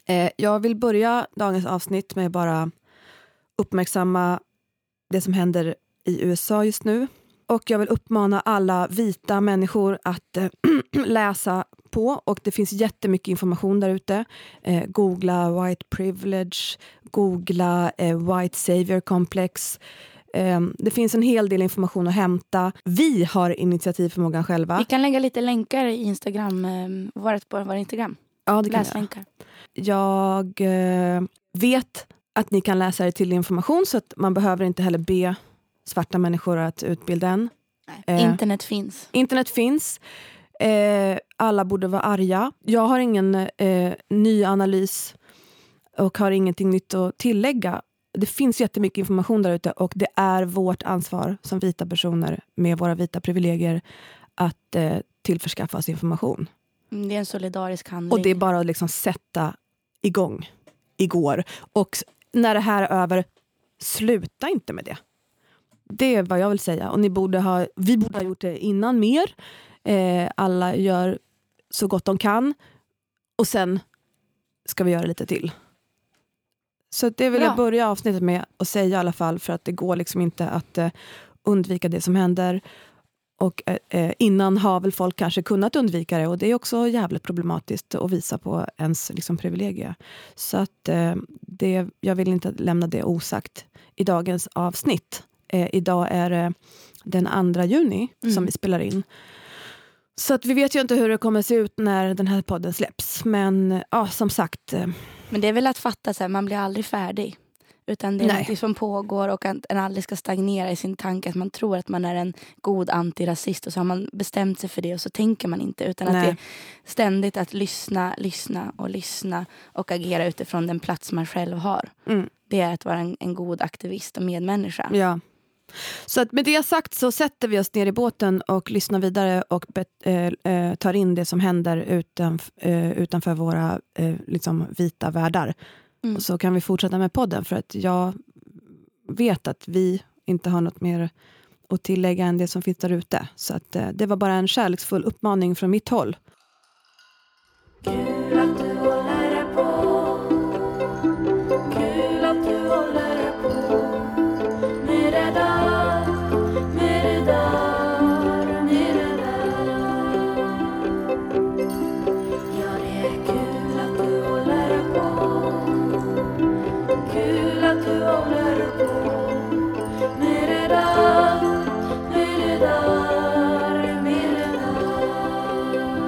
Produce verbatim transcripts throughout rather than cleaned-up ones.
Eh, jag vill börja dagens avsnitt med bara uppmärksamma det som händer i U S A just nu. Och jag vill uppmana alla vita människor att eh, läsa på. Och det finns jättemycket information där ute. Eh, googla white privilege, googla eh, white savior complex. Eh, det finns en hel del information att hämta. Vi har initiativförmågan själva. Vi kan lägga lite länkar i Instagram. Eh, var på vår Instagram. Ja, det kan Läslänkar. Jag, jag eh, vet att ni kan läsa er till information, så att man behöver inte heller be svarta människor att utbilda en. Nej, eh, internet finns. Internet finns. Eh, alla borde vara arga. Jag har ingen eh, ny analys och har ingenting nytt att tillägga. Det finns jättemycket information där ute, och det är vårt ansvar som vita personer med våra vita privilegier att eh, tillförskaffa oss information. Det är en solidarisk handling. Och det är bara att liksom sätta igång igår. Och när det här är över, sluta inte med det. Det är vad jag vill säga. Och ni borde ha, vi borde ha gjort det innan mer. Eh, alla gör så gott de kan. Och sen ska vi göra lite till. Så det vill Bra. jag börja avsnittet med att säga i alla fall. För att det går liksom inte att eh, undvika det som händer. Och eh, innan har väl folk kanske kunnat undvika det. Och det är också jävligt problematiskt att visa på ens liksom, privilegier. Så att eh, det, jag vill inte lämna det osagt i dagens avsnitt. Eh, idag är det den andra juni mm. som vi spelar in. Så att vi vet ju inte hur det kommer se ut när den här podden släpps. Men ja, som sagt. Eh, Men det är väl att fatta så här, man blir aldrig färdig. Utan det är Nej. något som pågår, och att en aldrig ska stagnera i sin tanke. Att man tror att man är en god antirasist, och så har man bestämt sig för det, och så tänker man inte. Utan Nej. att det är ständigt att lyssna, lyssna och lyssna och agera utifrån den plats man själv har. Mm. Det är att vara en, en god aktivist och medmänniska. Ja. Så att med det sagt så sätter vi oss ner i båten och lyssnar vidare och bet, äh, tar in det som händer utan, äh, utanför våra äh, liksom vita världar. Mm. Och så kan vi fortsätta med podden, för att jag vet att vi inte har något mer att tillägga än det som finns där ute. Så att äh, det var bara en kärleksfull uppmaning från mitt håll. Kul att du håller på. Kul att du håller på. Med det där, med det där, med det där. Ja, det är kul att du håller på. Kul att du håller på. Med det där, med det där, med det där.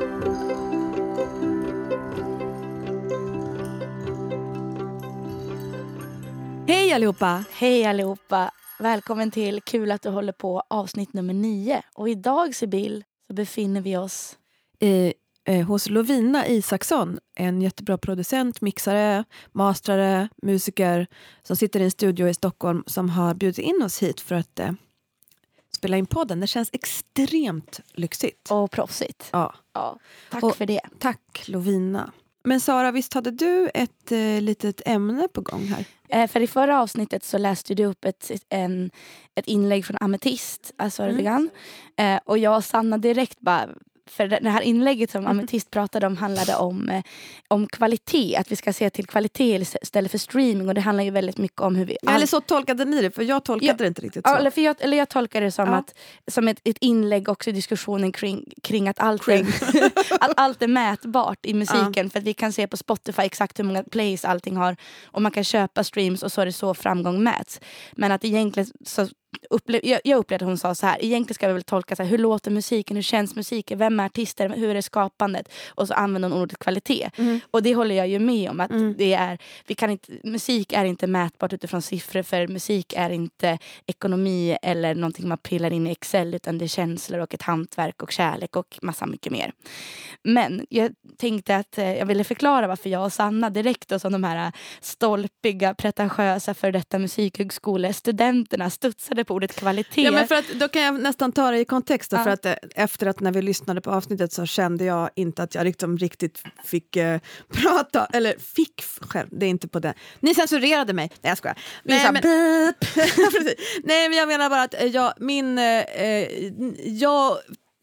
Hej allihopa! Hej allihopa! Välkommen till Kul att du håller på, avsnitt nummer nio. Och idag, Sibyl, så befinner vi oss i, eh, hos Lovina Isaksson. En jättebra producent, mixare, mastrare, musiker som sitter i en studio i Stockholm, som har bjudit in oss hit för att eh, spela in podden. Det känns extremt lyxigt. Och proffsigt. Ja. ja tack och, för det. Tack Lovina. Men Sara, visst hade du ett eh, litet ämne på gång här? Eh, för i förra avsnittet så läste du upp ett, en, ett inlägg från Ametist, alltså mm. eh, och jag och Sanna direkt bara, för det här inlägget som Ametist pratade om handlade om, eh, om kvalitet, att vi ska se till kvalitet istället för streaming, och det handlar ju väldigt mycket om hur vi... All... Eller så tolkade ni det, för jag tolkade ja, det inte riktigt så. Ja, eller, för jag, eller jag tolkade det som, ja. att, som ett, ett inlägg också i diskussionen kring, kring att allt kring. Är, att allt är mätbart i musiken, ja. För att vi kan se på Spotify exakt hur många plays allting har, och man kan köpa streams, och så är det så framgång mäts. Men att egentligen så Upple- jag, jag upplevde att hon sa så här: egentligen ska vi väl tolka så här, hur låter musiken, hur känns musiken, vem är artister, hur är skapandet, och så använder hon ordet kvalitet. Mm. Och det håller jag ju med om, att mm. det är, vi kan inte, musik är inte mätbart utifrån siffror, för musik är inte ekonomi eller någonting man pillar in i Excel, utan det är känslor och ett hantverk och kärlek och massa mycket mer. Men jag tänkte att eh, jag ville förklara varför jag och Sanna direkt, och som de här stolpiga, pretentiösa för detta musikhögskolestudenterna studsade på ordet kvalitet. Ja, men för att, då kan jag nästan ta det i kontext då, ja. För att eh, efter att när vi lyssnade på avsnittet så kände jag inte att jag liksom riktigt fick eh, prata, eller fick själv, det är inte på det. Ni censurerade mig. Nej, jag skojar. Nej, men, Nej, men jag menar bara att jag, min eh, jag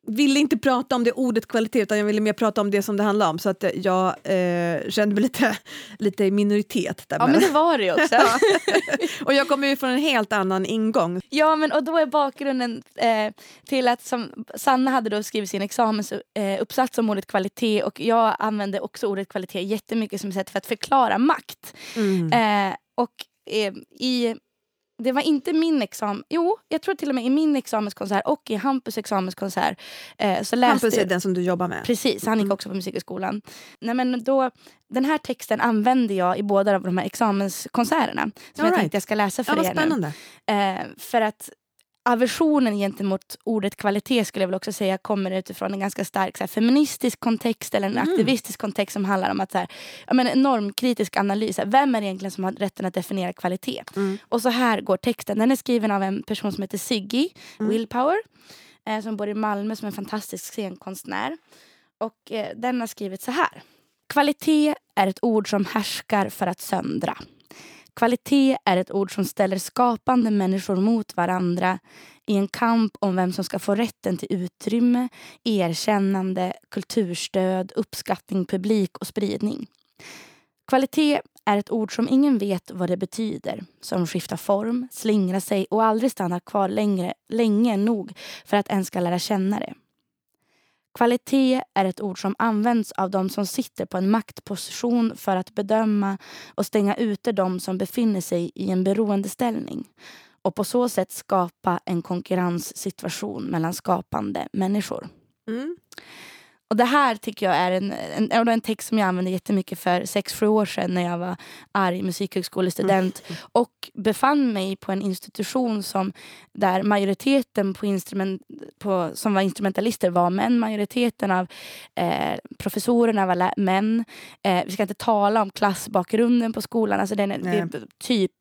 ville inte prata om det ordet kvalitet, utan jag ville mer prata om det som det handlar om. Så att jag eh, kände mig lite, lite i minoritet. Där ja, men det var det också. Och jag kommer ju från en helt annan ingång. Ja, men och då är bakgrunden eh, till att som Sanna hade då skrivit sin examensuppsats eh, om ordet kvalitet, och jag använde också ordet kvalitet jättemycket som sätt för att förklara makt. Mm. Eh, och eh, i det var inte min examen. Jo, jag tror till och med i min examenskonsert och i Hampus examenskonsert. Eh, så läste Hampus är den som du jobbar med. Precis, han gick Mm. också på musikhögskolan. Nej, men då, den här texten använde jag i båda av de här examenskonserterna. Som All jag right. tänkte jag ska läsa för Ja, vad er nu. spännande. Eh, för att aversionen gentemot ordet kvalitet skulle jag väl också säga kommer utifrån en ganska stark så här, feministisk kontext eller en Mm. aktivistisk kontext som handlar om att så här, ja, men en normkritisk analys. Så här, vem är det egentligen som har rätten att definiera kvalitet? Mm. Och så här går texten. Den är skriven av en person som heter Siggy Mm. Willpower. Eh, som bor i Malmö, som är en fantastisk scenkonstnär. Och eh, den har skrivit så här. Kvalitet är ett ord som härskar för att söndra. Kvalitet är ett ord som ställer skapande människor mot varandra i en kamp om vem som ska få rätten till utrymme, erkännande, kulturstöd, uppskattning, publik och spridning. Kvalitet är ett ord som ingen vet vad det betyder, som skiftar form, slingrar sig och aldrig stannar kvar längre, länge nog för att ens ska lära känna det. Kvalitet är ett ord som används av de som sitter på en maktposition för att bedöma och stänga ute de som befinner sig i en beroendeställning och på så sätt skapa en konkurrenssituation mellan skapande människor. Mm. Och det här tycker jag är en, en, en text som jag använde jättemycket för sex, sju år sedan när jag var arg musikhögskolestudent mm. och befann mig på en institution som där majoriteten på instrument, på, som var instrumentalister var män, majoriteten av eh, professorerna var lä- män. Eh, vi ska inte tala om klassbakgrunden på skolan, alltså den är, det är typ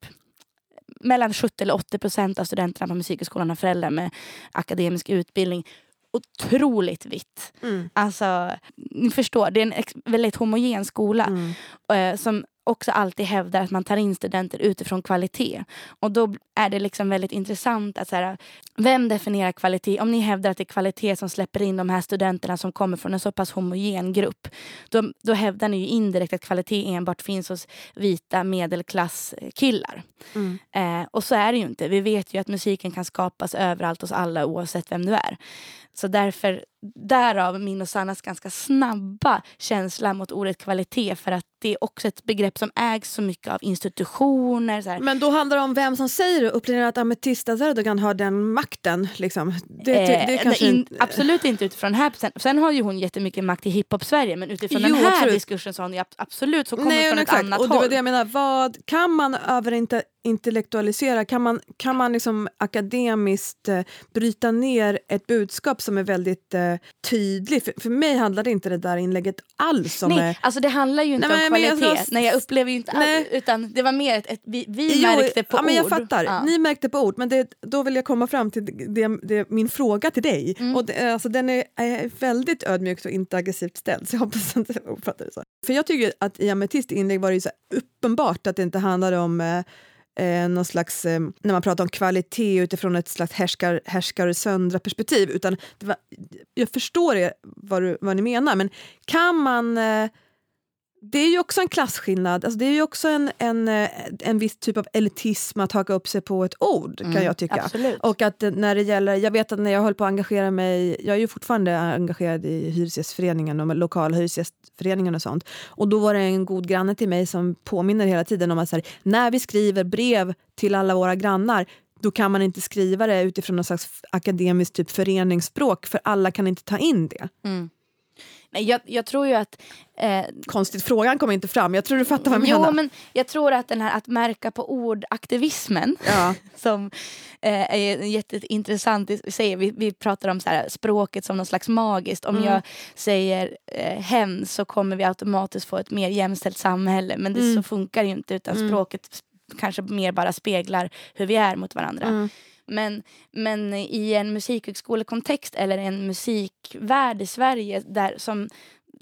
mellan sjuttio eller åttio procent av studenterna på musikhögskolan har föräldrar med akademisk utbildning. Otroligt vitt. Mm. Alltså, ni förstår, det är en ex- väldigt homogen skola mm. eh, som också alltid hävdar att man tar in studenter utifrån kvalitet. Och då är det liksom väldigt intressant att så här, vem definierar kvalitet? Om ni hävdar att det är kvalitet som släpper in de här studenterna som kommer från en så pass homogen grupp, då, då hävdar ni ju indirekt att kvalitet enbart finns hos vita medelklasskillar. Mm. Eh, och så är det ju inte. Vi vet ju att musiken kan skapas överallt hos alla oavsett vem du är. Så därför, därav min och Sannas ganska snabba känsla mot ordet kvalitet, för att det är också ett begrepp som ägs så mycket av institutioner. Så här. Men då handlar det om vem som säger det. Upplever att Ametista Erdogan har den makten? Liksom. Det, det, det eh, kanske in, absolut inte utifrån den här. Sen, sen har ju hon jättemycket makt i hiphop-Sverige, men utifrån jo, den här absolut. diskursen så har hon ju absolut så kommer Nej, från ett exakt. annat och håll. Det var det jag menar. Vad kan man överinter intellektualisera? Kan man, kan man liksom akademiskt eh, bryta ner ett budskap som är väldigt eh, tydligt? För, för mig handlar det inte det där inlägget alls om... Nej, alltså det handlar ju inte nej, om men, kvalitet. men jag, nej, jag upplever ju inte allt, utan det var mer ett, ett vi, vi jo, märkte på ja, ord. Men jag fattar, ja. ni märkte på ord, men det, då vill jag komma fram till det, det, min fråga till dig. Mm. Och det, alltså, den är, är väldigt ödmjukt och inte aggressivt ställd, så jag hoppas att jag uppfattar det så. För jag tycker att i Ametist inlägg var det ju så uppenbart att det inte handlade om eh, Eh, någon slags, eh, när man pratar om kvalitet utifrån ett slags härskar, härskar söndra perspektiv, utan det var, jag förstår det, vad, du, vad ni menar, men kan man eh, det är ju också en klasskillnad, alltså det är ju också en, en, en viss typ av elitism att haka upp sig på ett ord, kan mm, jag tycka. Absolut. Och att när det gäller, jag vet att när jag höll på att engagera mig, jag är ju fortfarande engagerad i hyresgästföreningen och lokala hyresgästföreningen och sånt, och då var det en god granne till mig som påminner hela tiden om att så här, när vi skriver brev till alla våra grannar, då kan man inte skriva det utifrån någon slags akademiskt typ föreningsspråk, för alla kan inte ta in det. Mm. Nej, jag, jag tror ju att... Eh, Konstigt, frågan kommer inte fram. Jag tror du fattar vad jag jo, menar. Men jag tror att den här att märka på ord-aktivismen ja. som eh, är jätteintressant. Vi, vi, vi pratar om så här, språket som något slags magiskt. Om mm. jag säger eh, hen så kommer vi automatiskt få ett mer jämställt samhälle. Men det, mm. så funkar ju inte, utan mm. språket kanske mer bara speglar hur vi är mot varandra. Mm. Men, men i en musikhögskolekontext eller en musikvärld i Sverige där som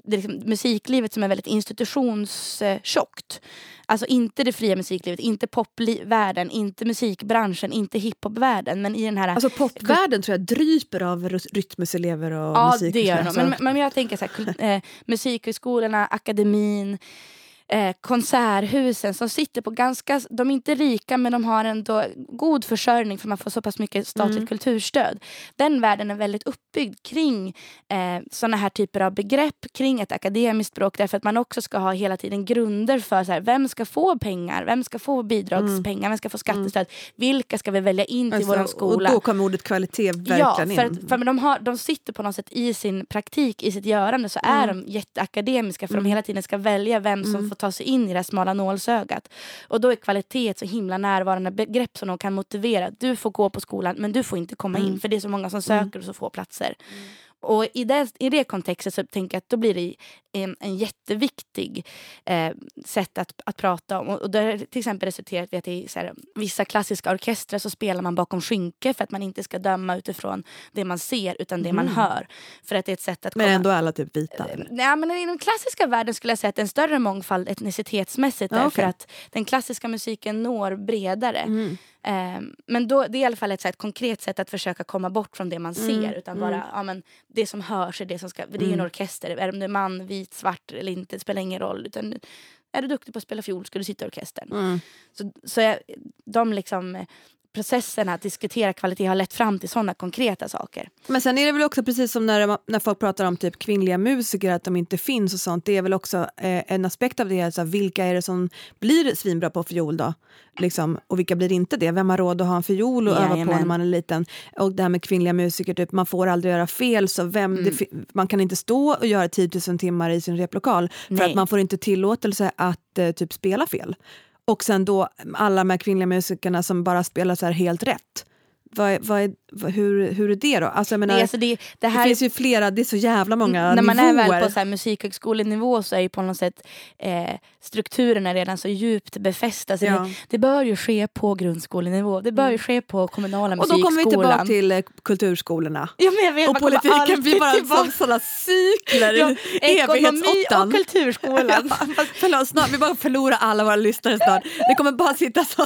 det är liksom musiklivet som är väldigt institutionstjockt. Alltså inte det fria musiklivet, inte popvärlden, inte musikbranschen, inte hiphopvärlden, men i den här... Alltså popvärlden tror jag dryper av rytmuselever och ja, musik. Ja, det gör de. Men, men jag tänker så här, eh, musikhögskolorna, akademin, Eh, konserthusen som sitter på ganska, de är inte rika men de har ändå god försörjning för man får så pass mycket statligt mm. kulturstöd. Den världen är väldigt uppbyggd kring eh, såna här typer av begrepp, kring ett akademiskt språk, därför att man också ska ha hela tiden grunder för så här, vem ska få pengar, vem ska få bidragspengar, mm. vem ska få skattestöd, mm. vilka ska vi välja in till alltså, våran skola. Och då kommer ordet kvalitet verkligen ja, för, in. För de, har, de sitter på något sätt i sin praktik, i sitt görande så är mm. de jätteakademiska för mm. de hela tiden ska välja vem som mm. får ta sig in i det smala nålsögat. Och då är kvalitet så himla närvarande begrepp som de kan motivera. Du får gå på skolan men du får inte komma in mm. för det är så många som söker mm. och så få platser. Mm. Och i det, i det kontextet så tänker jag att då blir det en, en jätteviktig eh, sätt att, att prata om. Och, och det har till exempel resulterat i att i så här, vissa klassiska orkestrar så spelar man bakom skynke för att man inte ska döma utifrån det man ser utan det mm. man hör. För att det är ett sätt att komma... Men ändå alla typ vita? Eh, nej, men i den klassiska världen skulle jag säga att det är en större mångfald etnicitetsmässigt. Ja, okay. För att den klassiska musiken når bredare. Mm. Um, men då, det är i alla fall ett, så här, ett konkret sätt att försöka komma bort från det man ser mm, utan mm. bara, ja men det som hörs är det som ska, det är mm. en orkester, är det man, vit, svart eller inte, det spelar ingen roll utan är du duktig på att spela fiol ska du sitta i orkestern. Mm. Så, så jag, de liksom processerna att diskutera kvalitet har lett fram till sådana konkreta saker. Men sen är det väl också precis som när, när folk pratar om typ kvinnliga musiker att de inte finns och sånt. Det är väl också eh, en aspekt av det. Alltså, vilka är det som blir svinbra på fiol då? Liksom, och vilka blir inte det? Vem har råd att ha en fiol och öva på när man är liten? Och det här med kvinnliga musiker, typ, man får aldrig göra fel så vem mm. det, man kan inte stå och göra tio tusen timmar i sin replokal för Nej. Att man får inte tillåtelse att eh, typ spela fel. Och sen då alla de här kvinnliga musikerna som bara spelar så här helt rätt. Vad, vad är, vad, hur, hur är det då? Alltså, jag menar, Nej, alltså det, det, här, det finns ju flera, det är så jävla många när nivåer. Man är väl på så här musikhögskolenivå så är ju på något sätt eh, strukturerna redan så djupt befästa. Så ja. det, det bör ju ske på grundskolenivå. Det bör ju mm. ske på kommunala musikskolan. Och då kommer vi tillbaka till eh, kulturskolorna. Ja, men jag vet, och politiken blir bara som sådana cykler ja, i ekonomi och kulturskolan. ja, förlåt, snart, vi bara förlorar alla våra lyssnare snart. Det kommer bara sitta så...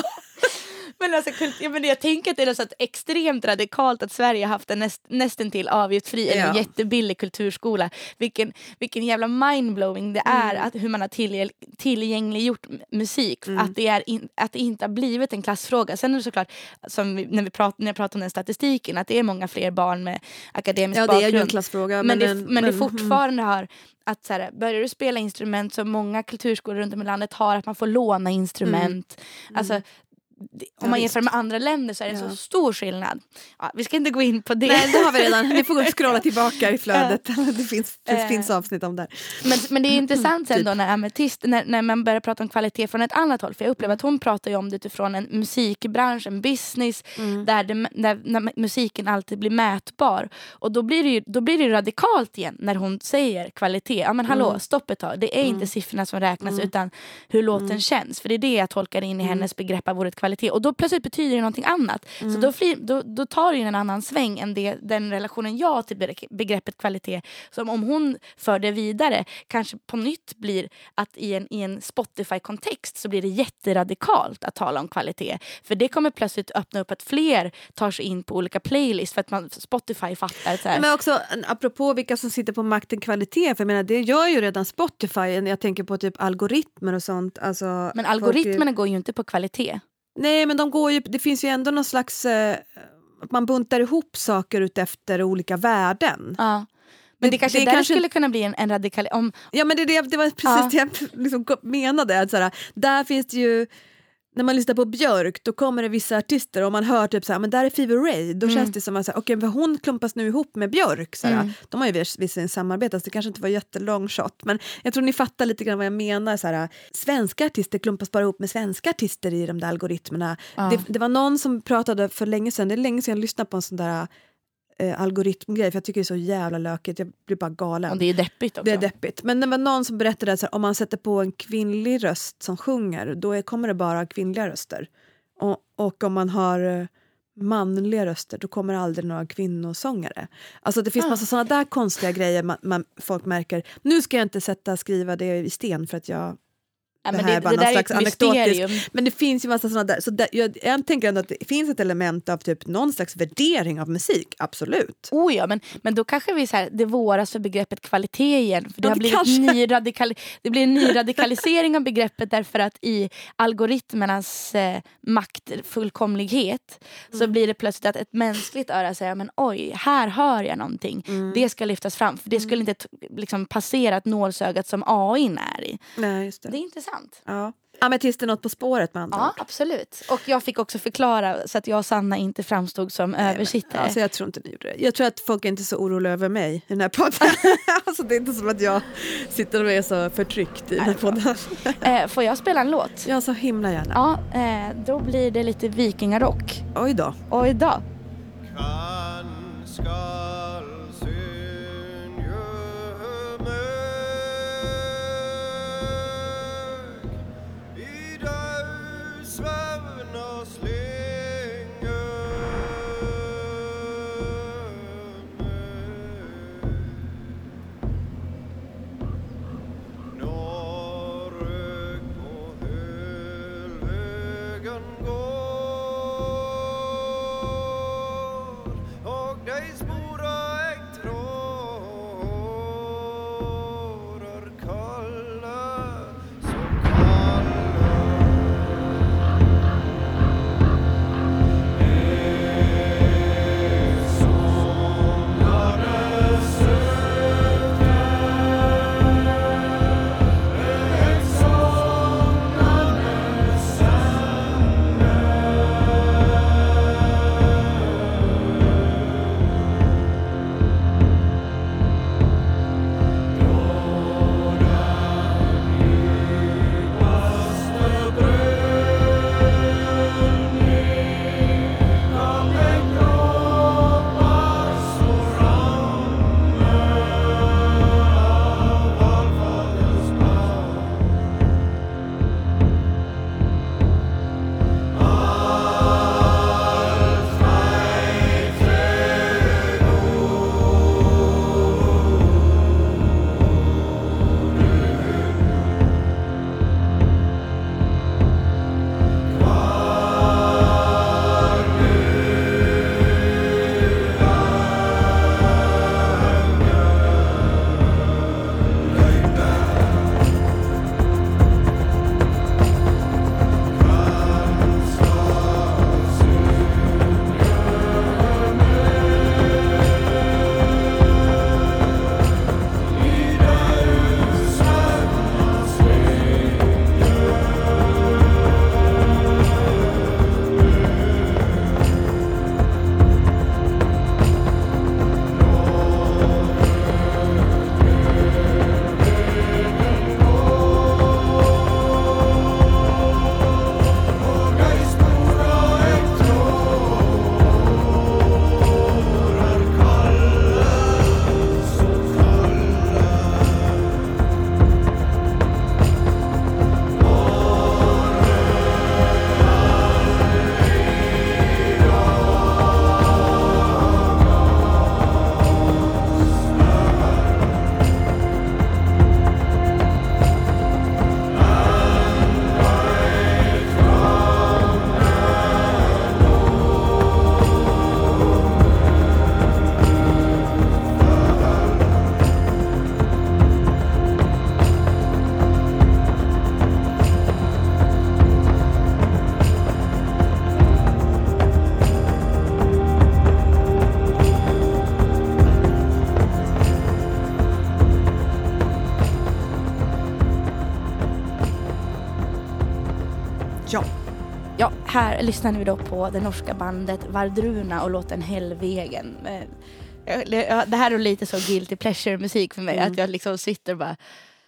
Men alltså, ja, men jag tänker att det är så att extremt radikalt att Sverige har haft en näst, nästan till avgiftsfri eller ja. jättebillig kulturskola. Vilken, vilken jävla mindblowing det är mm. att hur man har tillgäng, tillgängliggjort musik. Mm. Att, det är in, att det inte har blivit en klassfråga. Sen är det såklart, som vi, när, vi prat, när jag pratar om den statistiken, att det är många fler barn med akademisk ja, bakgrund. Ja, det är ju en klassfråga. Men, men, det, men, men det fortfarande har... Att så här, börjar du spela instrument så många kulturskolor runt om i landet har att man får låna instrument. Mm. Alltså... Om man jämför med andra länder så är det ja. så stor skillnad. Ja, vi ska inte gå in på det. Nej, det har vi redan. Ni får gå och scrolla tillbaka i flödet. Det finns, det finns avsnitt om det. Men, men det är intressant sen då när, Ametist, när, när man börjar prata om kvalitet från ett annat håll. För jag upplever att hon pratar ju om det utifrån en musikbransch, en business. Mm. Där, det, där när musiken alltid blir mätbar. Och då blir det ju då blir det radikalt igen när hon säger kvalitet. Ja men hallå, mm. stopp ett tag. Det är mm. inte siffrorna som räknas mm. utan hur låten mm. känns. För det är det jag tolkar in i hennes mm. begrepp av ordet kvalitet. Och då plötsligt betyder det någonting annat. Mm. Så då, fri, då, då tar det ju en annan sväng än det, den relationen jag har till begreppet kvalitet. Som om hon för det vidare kanske på nytt blir att i en, i en Spotify-kontext så blir det jätteradikalt att tala om kvalitet. För det kommer plötsligt öppna upp att fler tar sig in på olika playlists för att man, Spotify fattar. Så här. Men också apropå vilka som sitter på makten kvalitet. För jag menar, det gör ju redan Spotify. Jag tänker på typ algoritmer och sånt. Alltså, men algoritmerna folk... går ju inte på kvalitet. Nej, men de går ju, det finns ju ändå någon slags eh, att man buntar ihop saker ut efter olika värden. Ja. Men det, det kanske det där kanske... skulle kunna bli en, en radikal... Om... Ja, men det, det, det var precis ja. det jag liksom menade. Att såhär, där finns det ju... När man lyssnar på Björk, då kommer det vissa artister och man hör typ såhär, men där är Fever Ray. Då mm. känns det som att okej, okay, hon klumpas nu ihop med Björk. Såhär. Mm. De har ju visserligen samarbetat, så det kanske inte var jättelång shot. Men jag tror ni fattar lite grann vad jag menar. Såhär, svenska artister klumpas bara ihop med svenska artister i de där algoritmerna. Ja. Det, det var någon som pratade för länge sedan, det är länge sedan jag lyssnade på en sån där... Eh, algoritmgrej, för jag tycker det är så jävla lökigt, jag blir bara galen. Och det är deppigt också. Det är deppigt. Men det var någon som berättade att om man sätter på en kvinnlig röst som sjunger, då är, kommer det bara kvinnliga röster. Och, och om man har manliga röster, då kommer aldrig några kvinnosångare. Alltså det finns ah. massa sådana där konstiga grejer man, man, folk märker. Nu ska jag inte sätta skriva det i sten för att jag Ja, det men här det, är bara det någon där slags är ett mysterium. Men det finns ju massa sådana där. Så där, jag, jag tänker ändå att det finns ett element av typ någon slags värdering av musik. Absolut. Oh ja, men, men då kanske vi så här, det våras för begreppet kvalitet igen. För det, ja, har det, blivit ny radikal, det blir en ny radikalisering av begreppet därför att i algoritmernas eh, maktfullkomlighet mm. så blir det plötsligt att ett mänskligt öra säger men oj, här hör jag någonting. Mm. Det ska lyftas fram. För det skulle inte t- liksom passera ett nålsögat som A I är i. Nej, just det. Det är intressant. Ja. Ametist är något på spåret med andra Ja, ord. Absolut. Och jag fick också förklara så att jag och Sanna inte framstod som Nej, översittare. Men, alltså jag tror inte ni gjorde det. Jag tror att folk är inte så oroliga över mig i den här podden. Alltså det är inte som att jag sitter och är så förtryckt i den här podden. eh, får jag spela en låt? Ja, så himla gärna. Ja, eh, då blir det lite vikingarock. Oj då. Oj då. Kan skall Ja. Ja, här lyssnar vi då på det norska bandet Vardruna och låten Hellvägen. Det här är lite så guilty pleasure musik för mig, mm. att jag liksom sitter och bara...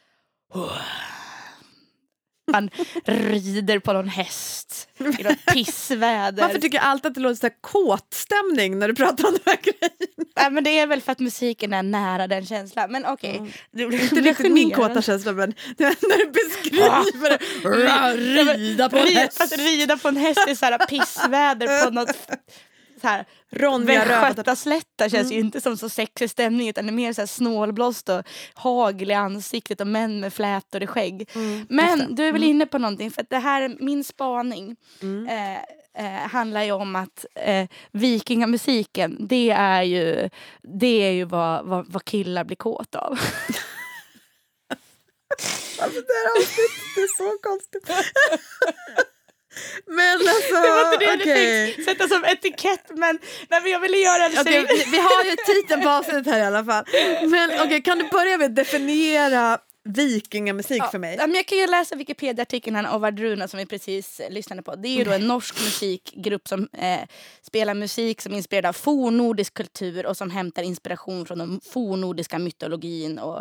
Man rider på någon häst i något pissväder. Varför tycker jag alltid att det låter så här kåtstämning när du pratar om de här grejerna? Nej, men det är väl för att musiken är nära den känslan. Men okej. Okay. Mm. Det är inte riktigt min kåta känsla, men när du beskriver det. Rida på en häst. Att rida på en häst är så här pissväder på något så här Ronja Västgötaslätta känns mm. ju inte som så sexig stämning, utan det är mer så här snålblåst och hagel i ansiktet och män med flätor i skägg. Mm, Men du är väl mm. inne på någonting, för att det här är min spaning. Mm. Eh, eh, handlar ju om att eh, vikingamusiken, det är ju det är ju vad, vad, vad killar blir kåt av. Alltså det här avsnittet är så konstigt. Men alltså, det var inte det okay. du fick sätta som etikett, men, nej, men jag ville göra det. Okay, vi, vi har ju titeln på avsnittet här i alla fall. Men okej, okay, kan du börja med att definiera vikingamusik ja, för mig? Ja, men jag kan ju läsa Wikipedia-artikeln här av Vardruna som vi precis lyssnade på. Det är ju då en norsk musikgrupp som eh, spelar musik som är inspirerad av fornnordisk kultur och som hämtar inspiration från den fornnordiska mytologin och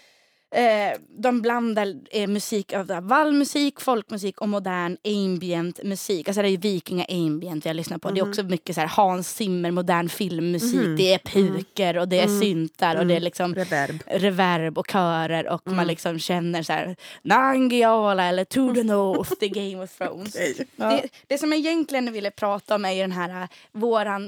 Eh, de blandar eh, musik av vallmusik, folkmusik och modern ambient musik. Alltså det är ju vikinga ambient jag lyssnar på. Mm. Det är också mycket så här Hans Zimmer, modern filmmusik. Mm. Det är puker och det är mm. syntar mm. och det är liksom reverb, reverb och körer och mm. man liksom känner så här Nangiala eller To the North, the Game of Thrones. Okay. Ja. Det, det som jag egentligen ville prata om är ju den här uh, våran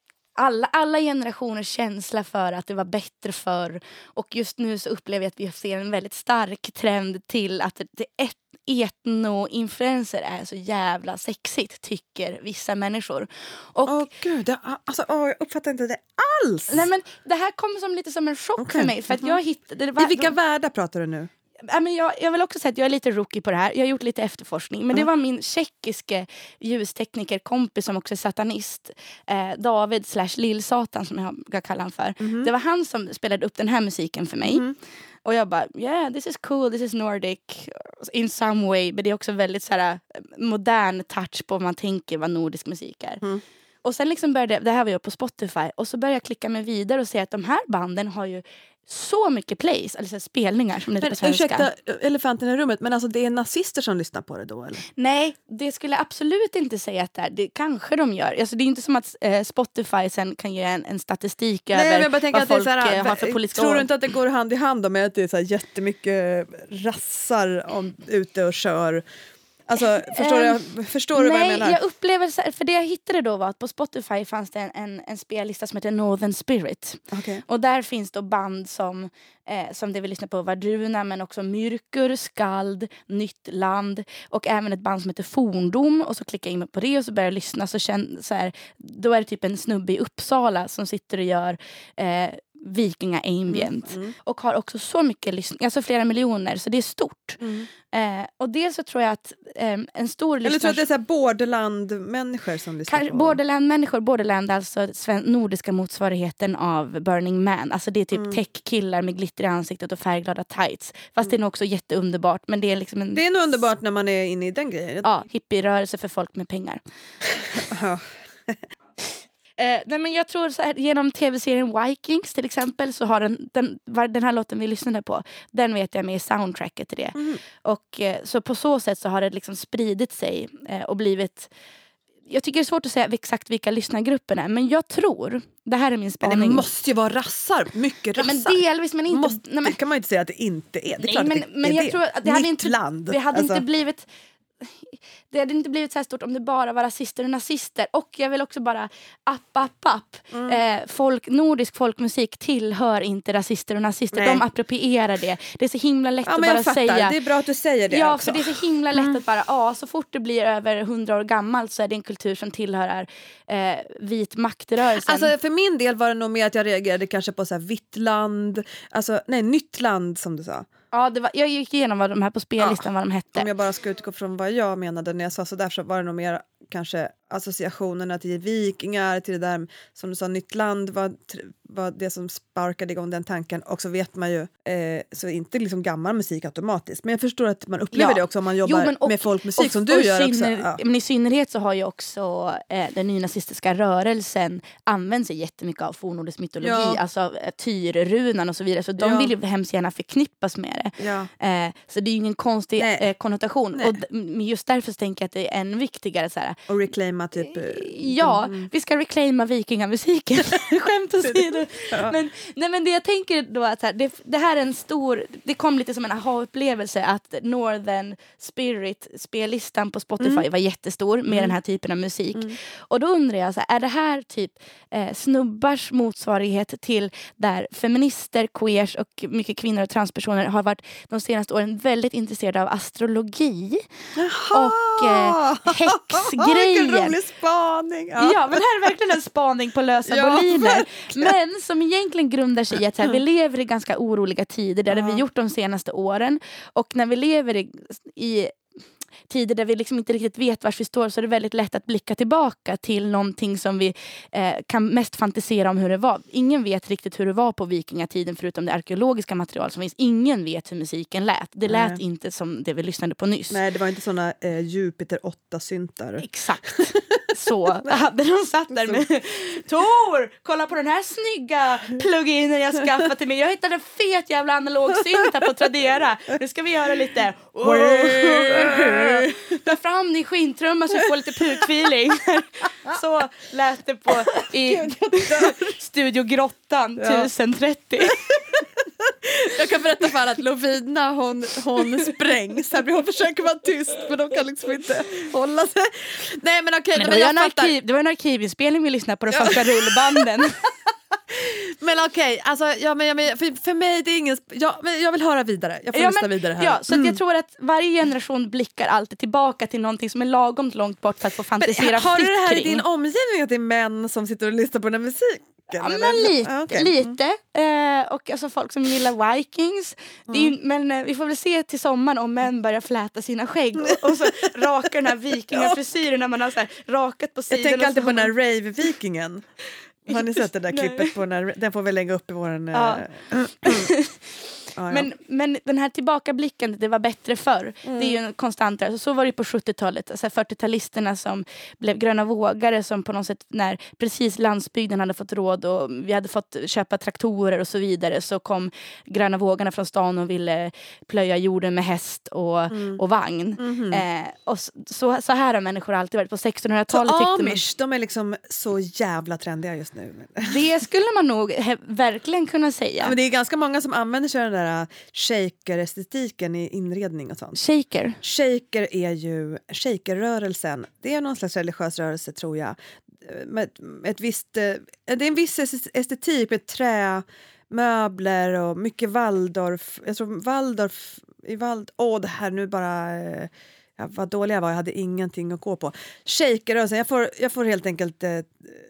Alla, alla generationers känsla för att det var bättre förr. Och just nu så upplever jag att vi ser en väldigt stark trend till att det et, etno-influencer är så jävla sexigt, tycker vissa människor. Åh oh, gud, det, alltså, oh, jag uppfattar inte det alls. Nej, men det här kommer som lite som en chock okay. för mig. För att jag hittade, det var, I vilka världar pratar du nu? Jag, jag vill också säga att jag är lite rookie på det här. Jag har gjort lite efterforskning. Men mm. det var min tjeckiske ljustekniker kompis som också är satanist. Eh, David slash Lill-Satan som jag brukar kalla han för. Mm. Det var han som spelade upp den här musiken för mig. Mm. Och jag bara, yeah, this is cool, this is Nordic in some way. Men det är också väldigt så här modern touch på vad man tänker vad nordisk musik är. Mm. Och sen liksom började, det här var jag på Spotify. Och så började jag klicka mig vidare och se att de här banden har ju så mycket plays, alltså spelningar som det heter på svenska. Ursäkta, elefanten i rummet, men alltså det är nazister som lyssnar på det då, eller? Nej, det skulle jag absolut inte säga att det är. Det kanske de gör. Alltså det är inte som att eh, Spotify sen kan ge en, en statistik Nej, över jag bara vad att folk det är så här, har för politiska Tror du inte att det går hand i hand med att det är så här jättemycket rassar om, ute och kör? Alltså, förstår, um, du, förstår du nej, vad jag menar? Jag upplever så här, för det jag hittade då var att på Spotify fanns det en, en, en spellista som heter Northern Spirit. Okay. Och där finns då band som, eh, som det vi lyssnar på Vardruna, men också Myrkur, Skald, Nytt Land och även ett band som heter Forndom. Och så klickar jag in på det och så börjar jag lyssna. Så känn, så här, då är det typ en snubbe i Uppsala som sitter och gör eh, vikinga ambient. Mm, mm. Och har också så mycket lyssning, alltså flera miljoner, så det är stort. Mm. Eh, och dels så tror jag att eh, en stor lyssnare... Eller tror jag att det är så här borderland-människor som lyssnar kan, på... Borderland-människor, borderland alltså sven- nordiska motsvarigheten av Burning Man. Alltså det är typ mm. tech-killar med glitter i ansiktet och färgglada tights. Fast mm. det är nog också jätteunderbart, men det är liksom en... Det är nog underbart när man är inne i den grejen. Ja, hippie-rörelse för folk med pengar. Eh, nej men jag tror så här, genom tv-serien Vikings till exempel så har den, den, den här låten vi lyssnade på, den vet jag med i soundtracket till det. Mm. Och eh, så på så sätt så har det liksom spridit sig eh, och blivit, jag tycker det är svårt att säga exakt vilka lyssnargrupperna är, men jag tror, det här är min spaning. Men det måste ju vara rassar, mycket rassar. Ja, men delvis, men inte... Måste, nej, men, det kan man ju inte säga att det inte är. Det är nej, klart men, det, men är jag det. tror att det hade inte, land. det hade alltså. inte blivit... Det hade inte blivit så här stort om det bara var rasister och nazister. Och jag vill också bara app, app, app. Mm. Eh, folk, nordisk folkmusik tillhör inte rasister och nazister. Nej. De approprierar det. Det är så himla lätt ja, att men bara jag fattar. säga. Det är bra att du säger det Ja, också. för det är så himla lätt mm. att bara, ja, så fort det blir över hundra år gammalt så är det en kultur som tillhör eh, vit maktrörelsen. Alltså för min del var det nog mer att jag reagerade kanske på så här vitt land, alltså nej, nytt land som du sa. Ja, det var, jag gick igenom vad de här på spellistan, ja, vad de hette. Om jag bara ska utgå från vad jag menade när jag sa så där, så var det nog mer kanske associationerna till vikingar, till det där som du sa, nytt land var, var det som sparkade igång den tanken. Och så vet man ju, eh, så inte liksom gammal musik automatiskt, men jag förstår att man upplever ja. det också om man jobbar jo, och, med folkmusik och, som du och gör synner, också. Ja. Men i synnerhet så har ju också eh, den nynazistiska rörelsen använt sig jättemycket av fornnordisk mytologi, ja. alltså eh, tyrrunan och så vidare, så de ja. vill ju hemskt gärna förknippas med det. Ja. Eh, så det är ju ingen konstig eh, konnotation. Nej. Och d- just därför så tänker jag att det är än viktigare så här, och reclaima reclaima typ... Ja, mm. vi ska reclaima vikingamusiken. Skämt åsido. Ja. Men, nej, men det jag tänker då att här, det, det här är en stor... Det kom lite som en aha-upplevelse att Northern Spirit spellistan på Spotify mm. var jättestor med mm. den här typen av musik. Mm. Och då undrar jag, så här, är det här typ eh, snubbars motsvarighet till där feminister, queers och mycket kvinnor och transpersoner har varit de senaste åren väldigt intresserade av astrologi. Jaha. Och eh, häxgrejer. Vilken rolig spaning. Ja. ja, men det här är verkligen en spaning på lösa ja, boliner. Verkligen. Men som egentligen grundar sig i att här, vi lever i ganska oroliga tider. Det har vi gjort de senaste åren. Och när vi lever i, i tider där vi liksom inte riktigt vet var vi står, så är det väldigt lätt att blicka tillbaka till någonting som vi eh, kan mest fantisera om hur det var. Ingen vet riktigt hur det var på vikingatiden förutom det arkeologiska material som finns. Ingen vet hur musiken lät. Det lät Nej. inte som det vi lyssnade på nyss. Nej, det var inte såna eh, Jupiter åtta-syntar. Exakt. Så hade de satt där med Tor, kolla på den här snygga pluginen jag skaffade till mig. Jag hittade en fet jävla analog synt här på Tradera. Nu ska vi göra lite ta fram din skintrumma så du får lite pukfeeling. Så lät det på i Studio Grottan ja. tusen trettio. Jag kan berätta för att Lovina hon, hon sprängs. Hon försöker vara tyst men de kan liksom inte hålla sig. Nej men okej. Men det, var en arkiv, det var en arkivinspelning vi lyssnade på de första rullbanden. Men okej, okay, alltså, ja, men, ja, men, för, för mig det är ingen... Ja, men jag vill höra vidare. Jag får ja, lyssna men, vidare här. Ja, så mm. att jag tror att varje generation blickar alltid tillbaka till någonting som är lagom långt bort för att få fantisera men, har du det här kring. i din omgivning att det är män som sitter och lyssnar på den här musiken? Ja, men lite. Ah, okay. lite. Eh, och alltså folk som gillar Vikings. Mm. Det är ju, men eh, vi får väl se till sommaren om män börjar fläta sina skägg. Och, och så rakar den här vikingafrisyren när man har så här, rakat på sidan. Jag tänker alltid på den här rave-vikingen. Har ni sett det där klippet på när, den får vi lägga upp i våran... Ja. Äh, Ah, ja. men, men den här tillbakablicken, det var bättre förr. Mm. Det är ju en konstant där. Så, så var det på sjuttiotalet. Alltså fyrtiotalisterna som blev gröna vågare som på något sätt när precis landsbygden hade fått råd och vi hade fått köpa traktorer och så vidare, så kom gröna vågarna från stan och ville plöja jorden med häst och, mm. och vagn. Mm-hmm. Eh, och så, så här har människor alltid varit på sextonhundratalet. Så Amish, man, de är liksom så jävla trendiga just nu. Det skulle man nog he- verkligen kunna säga. Ja, men det är ganska många som använder sig av den där shaker-estetiken i inredning och sånt. Shaker? Shaker är ju shaker-rörelsen. Det är någon slags religiös rörelse, tror jag. Med ett visst, det är en viss estetik med trämöbler och mycket Waldorf. Jag tror Waldorf i Wald... Åh, oh, det här nu bara... Ja, vad dålig jag var, jag hade ingenting att gå på. Shaker-rörelsen, jag får, jag får helt enkelt eh,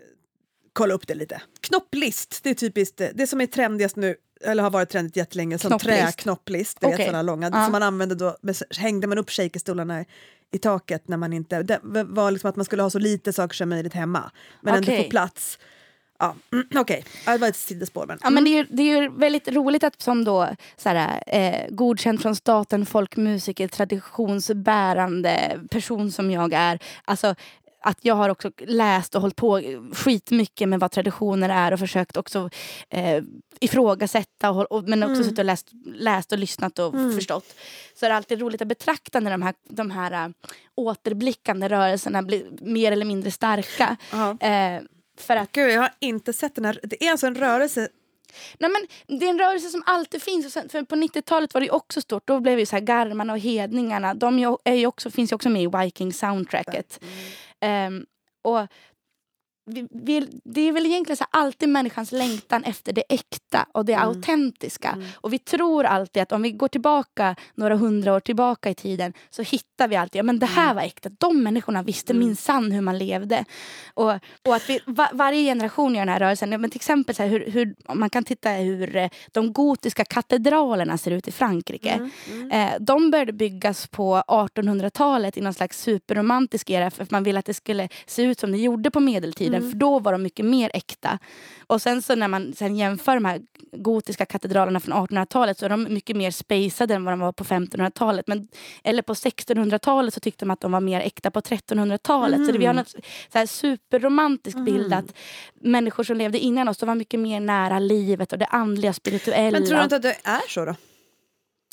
kolla upp det lite. Knopplist, det är typiskt, det som är trendigast nu, eller har varit trendigt jättelänge, som träknopplist, det okay. vet sådana långa, uh. som man använde då, hängde man upp shakerstolarna i taket när man inte, det var liksom att man skulle ha så lite saker som möjligt hemma, men okay. ändå få plats. Ja, mm, okej. Okay. Det var ett sidospår. Men. Ja, men det är, det är ju väldigt roligt att som då såhär, eh, godkänd från staten, folkmusiker, traditionsbärande person som jag är, alltså att jag har också läst och hållit på skitmycket med vad traditioner är och försökt också eh, ifrågasätta och, och, men också mm. suttit och läst, läst och lyssnat och mm. förstått. Så är det alltid roligt att betrakta när de här, de här äh, återblickande rörelserna blir mer eller mindre starka. Uh-huh. Eh, för att, Gud, jag har inte sett den här. Det är alltså en rörelse. Nej, men det är en rörelse som alltid finns. Och sen, för på nittiotalet var det också stort. Då blev ju så här garmarna och hedningarna. De är ju också, finns ju också med i Viking soundtracket. Mm. Um, och vi, vi, det är väl egentligen så här, alltid människans längtan efter det äkta och det mm. autentiska. Mm. Och vi tror alltid att om vi går tillbaka några hundra år tillbaka i tiden, så hittar vi alltid, ja men det här var äkta. De människorna visste mm. minsann hur man levde. Och, och att vi, va, varje generation gör den här rörelsen. Men till exempel så här, hur, hur, man kan titta hur de gotiska katedralerna ser ut i Frankrike. Mm. Mm. Eh, de började byggas på artonhundratalet i någon slags superromantisk era, för att man ville att det skulle se ut som det gjorde på medeltiden. Mm. För då var de mycket mer äkta. Och sen så när man sen jämför de här gotiska katedralerna från artonhundratalet, så är de mycket mer spacade än vad de var på femtonhundratalet. Men, eller på sextonhundratalet så tyckte man att de var mer äkta på trettonhundratalet. Mm. Så det, vi har något så här superromantisk mm. bild att människor som levde innan oss, de var mycket mer nära livet och det andliga, spirituella. Men tror du inte att det är så då?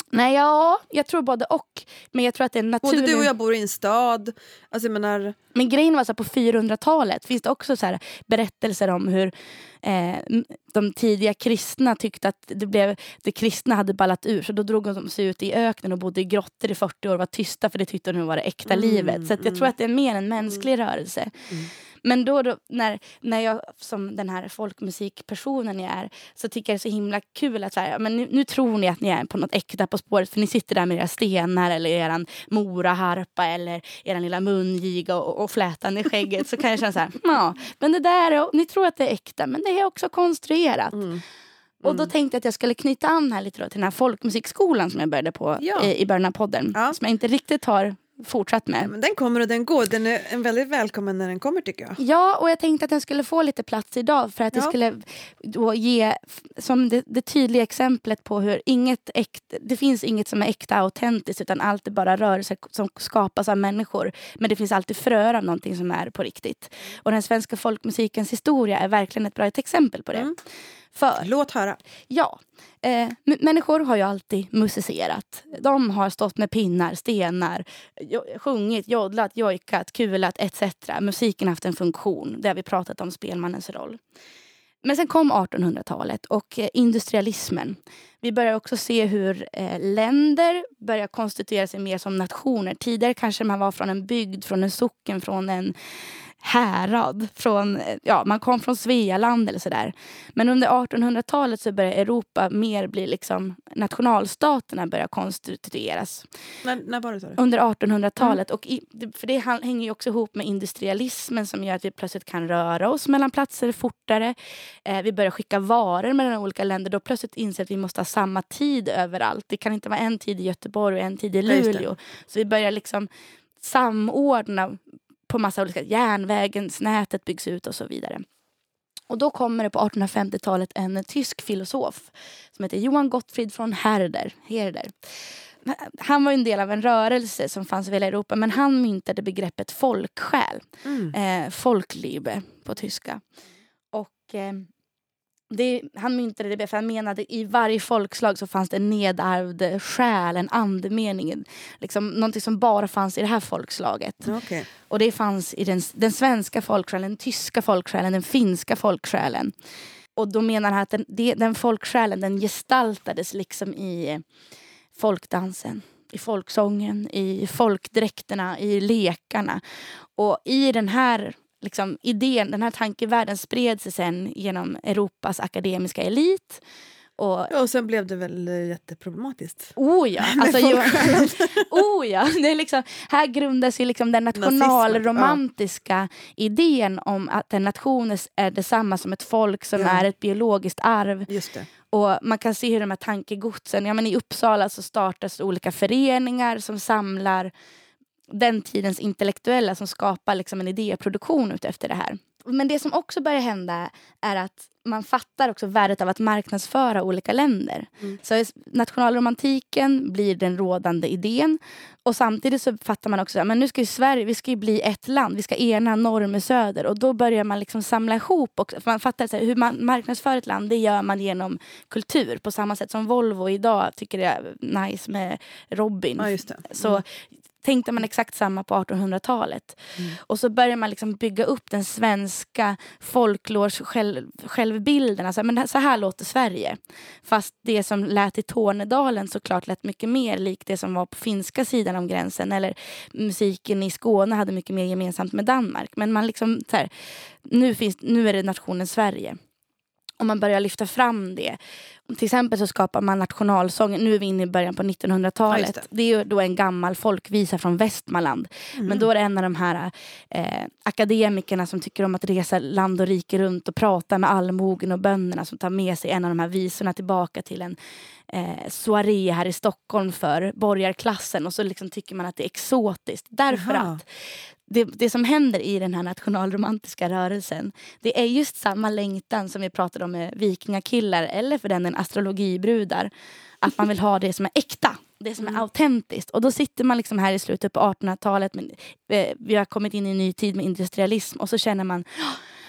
Nej, ja, jag tror både och. Men jag tror att det är naturligt. Både du och jag bor i en stad. Alltså, jag menar... Men grejen var så här, på fyrahundratalet finns det också så här berättelser om hur eh, de tidiga kristna tyckte att det, blev, det kristna hade ballat ur. Så då drog de sig ut i öknen och bodde i grottor i fyrtio år och var tysta, för det tyckte de var det äkta mm, livet. Så att jag mm. tror att det är mer en mänsklig mm. rörelse. Mm. Men då, då när, när jag som den här folkmusikpersonen jag är, så tycker jag det är så himla kul att så här, men nu, nu tror ni att ni är på något äkta På spåret, för ni sitter där med era stenar eller eran moraharpa eller eran lilla mungiga och, och flätan i skägget, så kan jag känna så här, ja, men det där är, ni tror att det är äkta, men det är också konstruerat. Mm. Mm. Och då tänkte jag att jag skulle knyta an här lite då till den här folkmusikskolan som jag började på ja. i, i början av podden, ja. som jag inte riktigt har fortsatt med. Men den kommer och den går. Den är en väldigt välkommen när den kommer, tycker jag. Ja, och jag tänkte att den skulle få lite plats idag för att ja. det skulle då ge som det, det tydliga exemplet på hur inget äkta, det finns inget som är äkta autentiskt, utan allt är bara rörelser som skapas av människor. Men det finns alltid fröer av någonting som är på riktigt. Och den svenska folkmusikens historia är verkligen ett bra ett exempel på det. Mm. För, Låt höra. Ja, eh, m- människor har ju alltid musicerat. De har stått med pinnar, stenar, jo- sjungit, jodlat, jojkat, kulat et cetera. Musiken har haft en funktion. Det har vi pratat om, spelmannens roll. Men sen kom artonhundratalet och eh, industrialismen. Vi börjar också se hur eh, länder börjar konstituera sig mer som nationer. Tidigare kanske man var från en bygd, från en socken, från en härad, från, ja, man kom från Svealand eller sådär. Men under artonhundratalet så börjar Europa mer bli liksom, nationalstaterna börjar konstitueras. När, när var det så? Under artonhundratalet. Mm. Och i, för det hänger ju också ihop med industrialismen som gör att vi plötsligt kan röra oss mellan platser fortare. Eh, vi börjar skicka varor mellan olika länder. Då plötsligt inser att vi måste ha samma tid överallt. Det kan inte vara en tid i Göteborg och en tid i Luleå. Så vi börjar liksom samordna på massa olika, järnvägens nätet byggs ut och så vidare. Och då kommer det på artonhundrafemtiotalet en tysk filosof som heter Johann Gottfried von Herder. Herder. Han var en del av en rörelse som fanns i hela Europa, men han myntade begreppet folksjäl. Mm. Eh, Folkliebe på tyska. Och eh, det, han myntade det för han menade att i varje folkslag så fanns det en nedärvd själ, en andemening. Liksom, någonting som bara fanns i det här folkslaget. Okay. Och det fanns i den, den svenska folksjälen, den tyska folksjälen, den finska folksjälen. Och då menar han att den, den folksjälen den gestaltades liksom i folkdansen, i folksången, i folkdräkterna, i lekarna. Och i den här liksom, idén, den här tankevärlden spred sig sen genom Europas akademiska elit. Och, och sen blev det väl jätteproblematiskt. Oh ja, alltså, ju, oh ja. Det är liksom, här grundas ju liksom den nationalromantiska ja. idén om att en nation är detsamma som ett folk som ja. är ett biologiskt arv. Just det. Och man kan se hur de här tankegodsen, ja, men i Uppsala så startas olika föreningar som samlar den tidens intellektuella som skapar liksom en idéproduktion ut efter det här. Men det som också börjar hända är att man fattar också värdet av att marknadsföra olika länder. Mm. Så nationalromantiken blir den rådande idén. Och samtidigt så fattar man också att nu ska ju Sverige, vi ska ju bli ett land. Vi ska ena norr med söder. Och då börjar man liksom samla ihop. Och man fattar så här, hur man marknadsför ett land, det gör man genom kultur. På samma sätt som Volvo idag tycker det är nice med Robin. Ja, just det. Mm. Så tänkte man exakt samma på artonhundratalet. Mm. Och så börjar man liksom bygga upp den svenska folklors själv, självbilden. Alltså, men så här låter Sverige. Fast det som lät i Tornedalen såklart lät mycket mer likt det som var på finska sidan om gränsen. Eller musiken i Skåne hade mycket mer gemensamt med Danmark. Men man liksom så här, nu, finns, nu är det nationen Sverige. Och man börjar lyfta fram det. Till exempel så skapar man nationalsången. Nu är vi inne i början på nittonhundratalet. Ja, det. det är ju då en gammal folkvisa från Västmanland. Mm. Men då är det en av de här eh, akademikerna som tycker om att resa land och rike runt och prata med allmogen och bönderna som tar med sig en av de här visorna tillbaka till en eh, soaré här i Stockholm för borgarklassen. Och så liksom tycker man att det är exotiskt. Därför Aha. att Det, det som händer i den här nationalromantiska rörelsen, det är just samma längtan som vi pratade om med vikingakillar eller för den en astrologibrudar. Att man vill ha det som är äkta, det som är mm. autentiskt. Och då sitter man liksom här i slutet på artonhundratalet, men, eh, vi har kommit in i en ny tid med industrialism och så känner man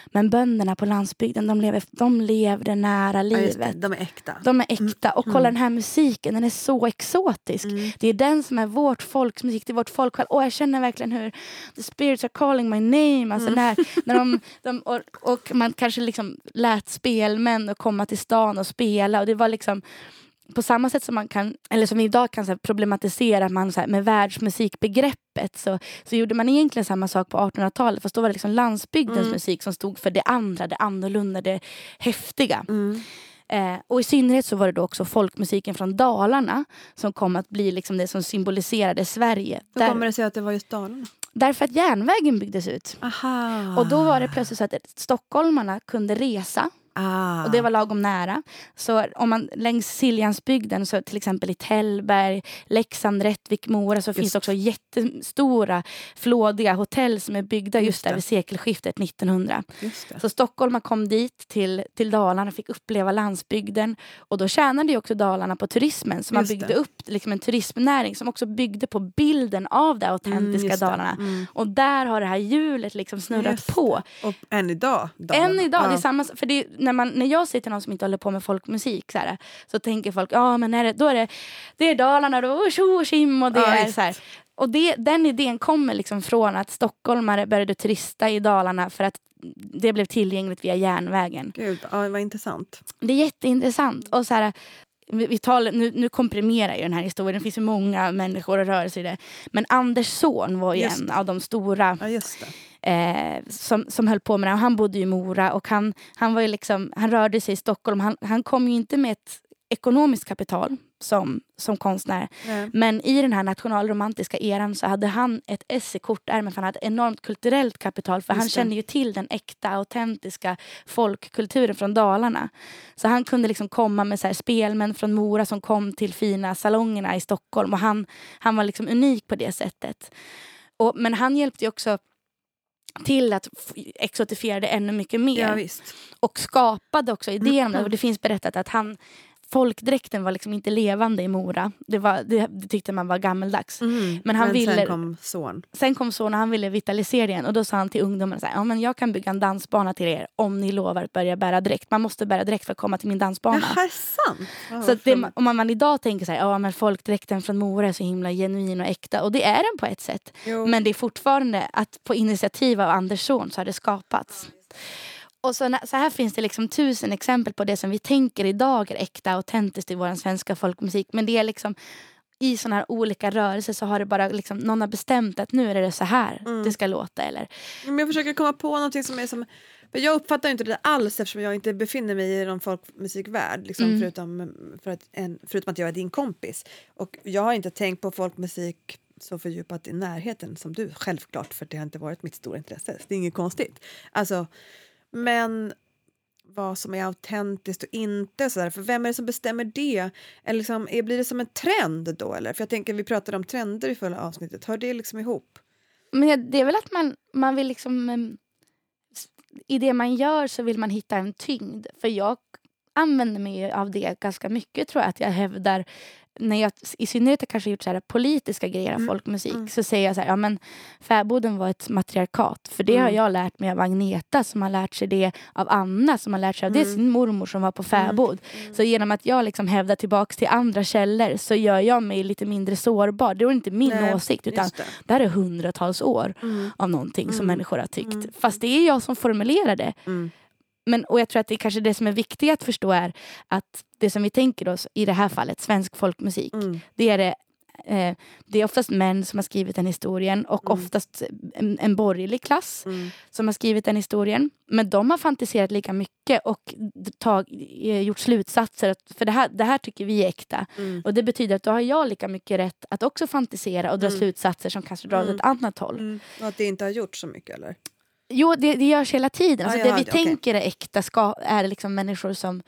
Men bönderna på landsbygden, de, lever, de levde nära livet. Ja, de är äkta. De är äkta. Och kolla Mm. den här musiken, den är så exotisk. Mm. Det är den som är vårt folksmusik, det är vårt folk. Och jag känner verkligen hur the spirits are calling my name. Alltså Mm. när, när de, de, och, och man kanske liksom lät spelmän och komma till stan och spela. Och det var liksom på samma sätt som man kan, eller som vi idag kan så här, problematisera man, så här, med världsmusikbegreppet, så, så gjorde man egentligen samma sak på artonhundratalet, fast då var det liksom landsbygdens Mm. musik som stod för det andra, det annorlunda, det häftiga. Mm. Eh, och i synnerhet så var det då också folkmusiken från Dalarna som kom att bli liksom det som symboliserade Sverige. Hur Där, kommer det sig att det var just Dalarna? därför att järnvägen byggdes ut. Aha. Och då var det plötsligt så att stockholmarna kunde resa. Ah. Och det var lagom nära. Så om man längs Siljansbygden, så till exempel i Tällberg, Leksand, Rättvik, Mora, så Just. finns det också jättestora flådiga hotell som är byggda just, Just där det. vid sekelskiftet nittonhundra. Just det. Så Stockholm kom dit till, till Dalarna och fick uppleva landsbygden. Och då tjänade ju också Dalarna på turismen. Så man Just byggde det. upp liksom en turismnäring som också byggde på bilden av det autentiska just det. Dalarna. Mm. Och där har det här hjulet liksom snurrat Just på. Och än idag. Dalarna. Än idag, Ja. det är samma, för det är, när, man, när jag säger till någon som inte håller på med folkmusik så, här, så tänker folk, ja men är det, då är det, det är Dalarna då, och tjo och tjim, och det Ja, är visst. så här. Och det, den idén kommer liksom från att stockholmare började turista i Dalarna för att det blev tillgängligt via järnvägen. Gud, ja, vad intressant. Det är jätteintressant. Och så här, vi, vi talar, nu, nu komprimerar jag den här historien, det finns ju många människor och rörelser i det. Men Anders son var ju Just en det. av de stora Ja, just det. Eh, som, som höll på med det. Och han bodde i Mora och han, han var ju liksom, han rörde sig i Stockholm. Han, han kom ju inte med ett ekonomiskt kapital som, som konstnär. Nej. Men i den här nationalromantiska eran så hade han ett ess i kortärmen, för han hade ett enormt kulturellt kapital, för Just han det. kände ju till den äkta, autentiska folkkulturen från Dalarna. Så han kunde liksom komma med så här spelmän från Mora som kom till fina salongerna i Stockholm, och han, han var liksom unik på det sättet. Och, men han hjälpte ju också till att f- exotifiera det ännu mycket mer. Ja, visst. Och skapade också idén om det. Mm. Och det finns berättat att han, folkdräkten var liksom inte levande i Mora. Det, var, det, det tyckte man var gammeldags. Mm. Men han ville- sen kom son. Sen kom son och han ville vitalisera igen. Och då sa han till ungdomarna så här, ja, men jag kan bygga en dansbana till er om ni lovar att börja bära dräkt. Man måste bära dräkt för att komma till min dansbana. Jaha, är sant? Ja, Så att det, flummigt. om man, man idag tänker så här, ja men folkdräkten från Mora är så himla genuin och äkta. Och det är den på ett sätt. Jo. Men det är fortfarande att på initiativ av Andersson så har det skapats. Och så, så här finns det liksom tusen exempel på det som vi tänker idag är äkta och autentiskt i vår svenska folkmusik. Men det är liksom i sådana här olika rörelser så har det bara liksom, någon har bestämt att nu är det så här Mm. det ska låta. Eller Men jag försöker komma på någonting som är som... Men jag uppfattar inte det alls eftersom jag inte befinner mig i någon folkmusikvärld. Liksom, Mm. förutom, för att en, förutom att jag är din kompis. Och jag har inte tänkt på folkmusik så fördjupat i närheten som du. Självklart, för det har inte varit mitt stora intresse. Så det är inget konstigt. Alltså, men vad som är autentiskt och inte. Så där. För vem är det som bestämmer det? Eller liksom, är, blir det som en trend då? Eller? För jag tänker, vi pratade om trender i förra avsnittet. Hör det liksom ihop? Men det är väl att man, man vill liksom... em, s- I det man gör så vill man hitta en tyngd. För jag använder mig av det ganska mycket, tror jag. Att jag hävdar... När jag i synnerhet har kanske gjort så här politiska grejer av Mm, folkmusik, mm. så säger jag så här, ja men Fäboden var ett matriarkat. För det Mm. har jag lärt mig av Agneta, som har lärt sig det av Anna, som har lärt sig av det Mm. sin mormor som var på Fäbod. Så genom att jag liksom hävdar tillbaks till andra källor så gör jag mig lite mindre sårbar. Det är inte min Nej, åsikt, utan just det. det här är hundratals år Mm. av någonting som Mm. människor har tyckt. Mm. Fast det är jag som formulerar det. Mm. Men, och jag tror att det kanske det som är viktigt att förstå är att det som vi tänker oss i det här fallet, svensk folkmusik, Mm. det är det, eh, det är oftast män som har skrivit den historien, och Mm. oftast en, en borgerlig klass Mm. som har skrivit den historien. Men de har fantiserat lika mycket och tag, eh, gjort slutsatser. Att, för det här, det här tycker vi är äkta. Mm. Och det betyder att då har jag lika mycket rätt att också fantisera och dra Mm. slutsatser som kanske drar åt Mm. ett annat håll. Mm. Och att det inte har gjort så mycket, eller? Jo, det, det görs hela tiden. Alltså Ah, det ja, vi det- okej. tänker är äkta ska, är liksom människor som...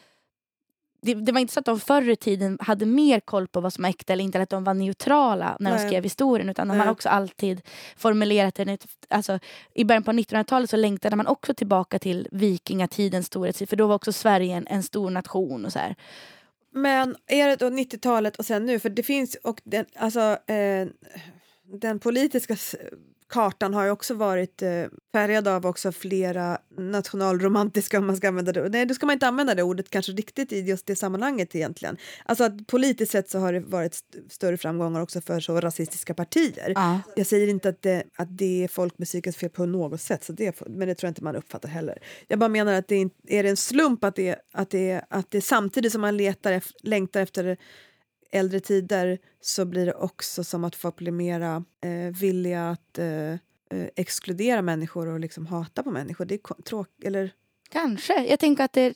Det, det var inte så att de förr i tiden hade mer koll på vad som är äkta eller inte, eller att de var neutrala när de Nej. skrev historien, utan de Nej. har också alltid formulerat den. Alltså, i början på nittonhundratalet så längtade man också tillbaka till vikingatidens storhetstid, för då var också Sverige en, en stor nation och så här. Men är det då nittiotalet och sen nu? För det finns och den, alltså, eh, den politiska s- kartan har ju också varit eh, färgad av också flera nationalromantiska, om man ska använda det. Nej, då ska man inte använda det ordet kanske riktigt i just det sammanhanget egentligen. Alltså att politiskt sett så har det varit st- större framgångar också för så rasistiska partier. Ja. Jag säger inte att det, att det är folkmusikens fel på något sätt, så det, men det tror jag inte man uppfattar heller. Jag bara menar att det är, är det en slump att det, att det, att det samtidigt som man letar efter, längtar efter äldre tider, så blir det också som att folk blir mera eh, villiga att eh, eh, exkludera människor och liksom hata på människor. Det är tråkigt, eller? Kanske. Jag tänker att det